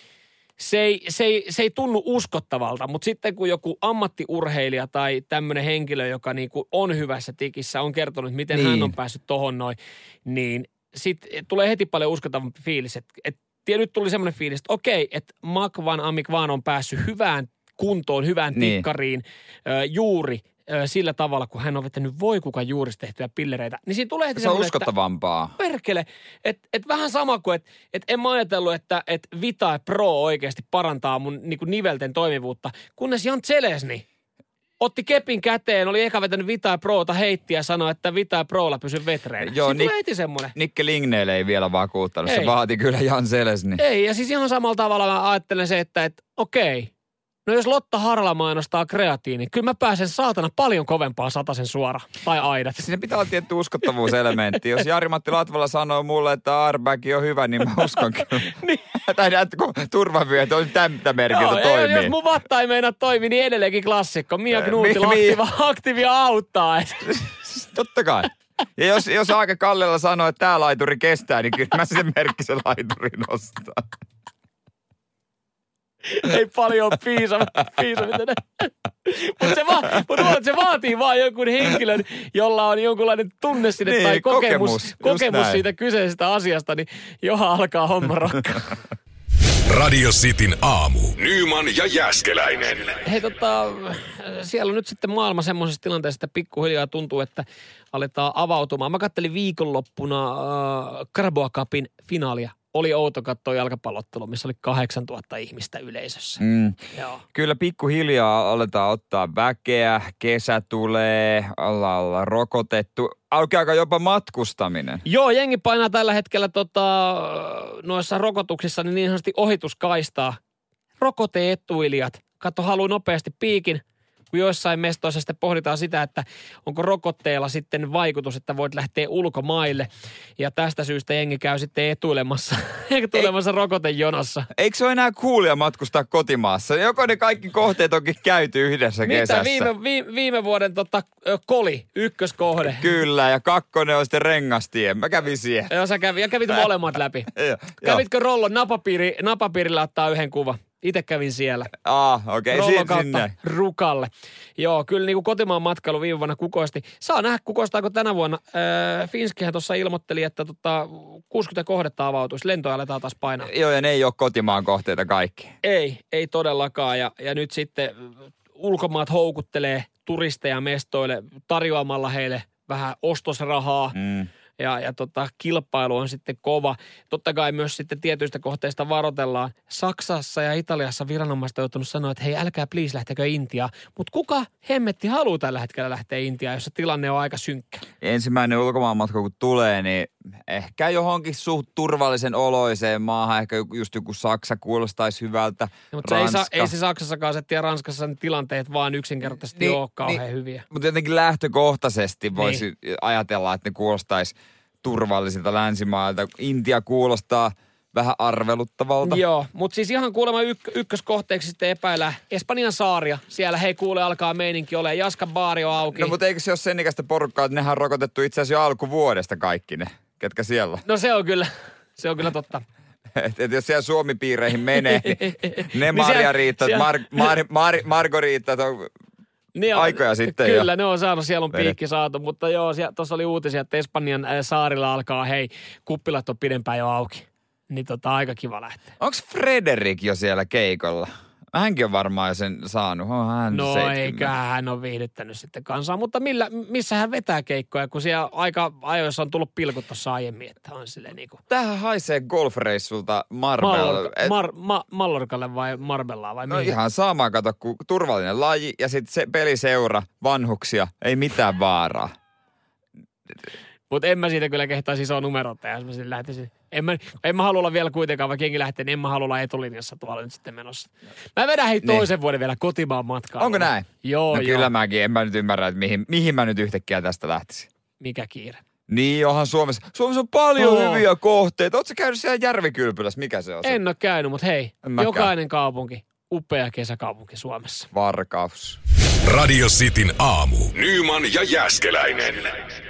Speaker 3: se ei, se ei, se ei tunnu uskottavalta, mutta sitten kun joku ammattiurheilija tai tämmöinen henkilö, joka niin kuin on hyvässä tikissä, on kertonut, miten niin. hän on päässyt tohon noin, niin sitten tulee heti paljon uskottavampi fiilis, että, että ja nyt tuli semmoinen fiilis, että okei, että Makvan Amikvan on päässyt hyvään kuntoon, hyvään
Speaker 2: niin.
Speaker 3: tikkariin ö, juuri ö, sillä tavalla, kun hän on vetänyt voikukan juurista tehtyjä pillereitä. Niin siinä tulee heti
Speaker 2: se on uskottavampaa. Että,
Speaker 3: perkele, että et vähän sama kuin, että et en mä ajatellut, että et Vita Pro oikeasti parantaa mun niinku nivelten toimivuutta, kunnes Jan Zelesny otti kepin käteen, oli eka vetänyt Vita Prota, heitti ja sanoi, että Vita Prolla pysy vetreenä. Joo, Siitä Nik- tulee heti semmoinen.
Speaker 2: Nikke Lingneille ei vielä vakuuttanut, ei. Se vaati kyllä Jan Zelesny.
Speaker 3: Ei, ja siis ihan samalla tavalla mä ajattelen se, että, että okei, no jos Lotta Harla mainostaa kreatiini, kyllä mä pääsen saatana paljon kovempaa satasen suora tai aidat.
Speaker 2: Siinä pitää olla tietty uskottavuuselementti. Jos Jari-Matti Latvala sanoo mulle, että Airbag on hyvä, niin mä uskon kyllä.
Speaker 3: niin.
Speaker 2: Tai näet, kun turvavyöt on tämmöistä merkiltä toimii.
Speaker 3: Jos mun vatta ei meinaa toimii, niin edelleenkin klassikko. Mia Knutila aktiivia, aktiivia auttaa.
Speaker 2: Totta kai. Ja jos, jos Aake Kallella sanoo, että tää laituri kestää, niin kyllä mä sen merkkisen laiturin nostan.
Speaker 3: Ei paljon piisa, piisa mitä ne. Mutta se, va, mut se vaatii vaan jonkun henkilön, jolla on jonkunlainen tunne sinne niin, tai kokemus, kokemus, kokemus siitä kyseisestä asiasta, niin johan alkaa homma rokkaa.
Speaker 1: Radio Cityn aamu. Nyman ja Jääskeläinen.
Speaker 3: Hei tota, siellä on nyt sitten maailma semmoisessa tilanteessa, että pikkuhiljaa tuntuu, että aletaan avautumaan. Mä kattelin viikonloppuna äh, Carabao Cupin finaalia. oli outo katsoa jalkapallottelu, missä oli kahdeksantuhatta ihmistä yleisössä.
Speaker 2: Mm.
Speaker 3: Joo.
Speaker 2: Kyllä pikkuhiljaa aletaan ottaa väkeä, kesä tulee, ollaan olla rokotettu. Aukeaako jopa matkustaminen?
Speaker 3: Joo, jengi painaa tällä hetkellä tota, noissa rokotuksissa niin, niin sanotusti ohituskaistaa. Rokote-etuilijat. Katso, haluaa nopeasti piikin. Kun joissain mestoissa sitten pohditaan sitä, että onko rokotteella sitten vaikutus, että voit lähteä ulkomaille. Ja tästä syystä jengi käy sitten etuilemassa, etuilemassa rokotejonossa.
Speaker 2: Eikö se ole enää coolia matkustaa kotimaassa? Joko ne kaikki kohteet onkin käyty yhdessä
Speaker 3: Mitä
Speaker 2: kesässä?
Speaker 3: viime, viime, viime vuoden tota, koli, ykköskohde.
Speaker 2: Kyllä, ja kakkonen on sitten rengastie. Mä kävin siellä.
Speaker 3: Joo, sä kävit, ja kävit molemmat läpi.
Speaker 2: Jo,
Speaker 3: Kävitkö Rollon napapiiri, napapiirillä ottaa yhden kuvan? Itse kävin siellä.
Speaker 2: Ah, okei. Okay.
Speaker 3: Rollon kautta Rukalle. Joo, kyllä niin kuin kotimaan matkailu viime vuonna kukoisti. Saa nähdä, kukoistaako tänä vuonna. Öö, Finskihän tuossa ilmoitteli, että tota, kuusikymmentä kohdetta avautuisi. Lentoja aletaan taas painaa.
Speaker 2: Joo, ja ne ei ole kotimaan kohteita kaikki.
Speaker 3: Ei, ei todellakaan. Ja, ja nyt sitten ulkomaat houkuttelee turisteja mestoille tarjoamalla heille vähän ostosrahaa.
Speaker 2: Mm.
Speaker 3: Ja, ja tota, kilpailu on sitten kova. Totta kai myös sitten tietyistä kohteista varoitellaan. Saksassa ja Italiassa viranomaiset on joutunut sanoa, että hei, älkää please lähtekö Intiaan. Mutta kuka hemmetti haluaa tällä hetkellä lähteä Intiaan, jossa tilanne on aika synkkä?
Speaker 2: Ensimmäinen ulkomaanmatka kun tulee, niin ehkä johonkin suht turvallisen oloiseen maahan. Ehkä just joku Saksa kuulostaisi hyvältä.
Speaker 3: No, mutta ei, sa, ei se Saksassakaan se ja Ranskassa ne tilanteet vaan yksinkertaisesti niin, ole kauhean niin, hyviä. Mutta
Speaker 2: jotenkin lähtökohtaisesti voisi
Speaker 3: niin.
Speaker 2: ajatella, että ne kuulostaisi turvallisilta länsimailta. Intia kuulostaa vähän arveluttavalta.
Speaker 3: Joo, mutta siis ihan kuulemma yk- ykköskohteeksi sitten epäillään Espanjan saaria. Siellä hei kuule alkaa meininki ole. Jaskan baari on auki.
Speaker 2: No mutta eikö se ole sen ikäistä porukkaa, että nehän on rokotettu itse asiassa jo alkuvuodesta kaikki ne, ketkä siellä?
Speaker 3: No se on kyllä, se on kyllä totta.
Speaker 2: Että et jos siellä Suomi-piireihin menee, niin ne Marja-Riittat, Mar- Mar- Mar- Margoriittat on niin on, aikoja sitten.
Speaker 3: Kyllä,
Speaker 2: jo.
Speaker 3: ne on saanut, siellä on piikki saatu, mutta joo, tuossa oli uutisia, että Espanjan saarilla alkaa, hei, kuppilat on pidempään jo auki. Niin tota, aika kiva lähteä.
Speaker 2: Onko Frederik jo siellä keikolla? Hänkin on varmaan jo sen saanut. Oh, hän
Speaker 3: no
Speaker 2: seitsemänkymmentä.
Speaker 3: eiköhän hän ole viihdyttänyt sitten kansaa, mutta millä, missä hän vetää keikkoja, kun siellä aika ajoissa on tullut pilkut tuossa aiemmin, että on silleen niin kuin.
Speaker 2: Tämähän haisee golfreissulta Marbella.
Speaker 3: Mallorca, Et... Mar, ma, Mallorcalle vai Marbellaa vai
Speaker 2: no
Speaker 3: mihin?
Speaker 2: ihan sama, kato, kun turvallinen laji ja sitten se peliseura, vanhuksia, ei mitään vaaraa.
Speaker 3: Mutta en mä siitä kyllä kehtaisi isoa numeroita, jos mä sitten lähtisin. En mä, en mä halua olla vielä kuitenkaan, vaikka jengi lähtee, niin en mä halua olla etulinjassa tuolla nyt sitten menossa. Mä vedän hei toisen niin. vuoden vielä kotimaan matkaan.
Speaker 2: Onko näin?
Speaker 3: Joo,
Speaker 2: no
Speaker 3: joo.
Speaker 2: kyllä mäkin, en mä nyt ymmärrä, että mihin, mihin mä nyt yhtäkkiä tästä lähtisin.
Speaker 3: Mikä kiire?
Speaker 2: Niin, onhan Suomessa. Suomessa on paljon oh. hyviä kohteita. Ootko sä käynyt siellä Järvikylpylässä? Mikä se on?
Speaker 3: En ole käynyt, mutta hei, jokainen kaupunki, upea kesäkaupunki Suomessa.
Speaker 2: Varkaus.
Speaker 1: Radio Cityn aamu. Nyman ja Jääskeläinen.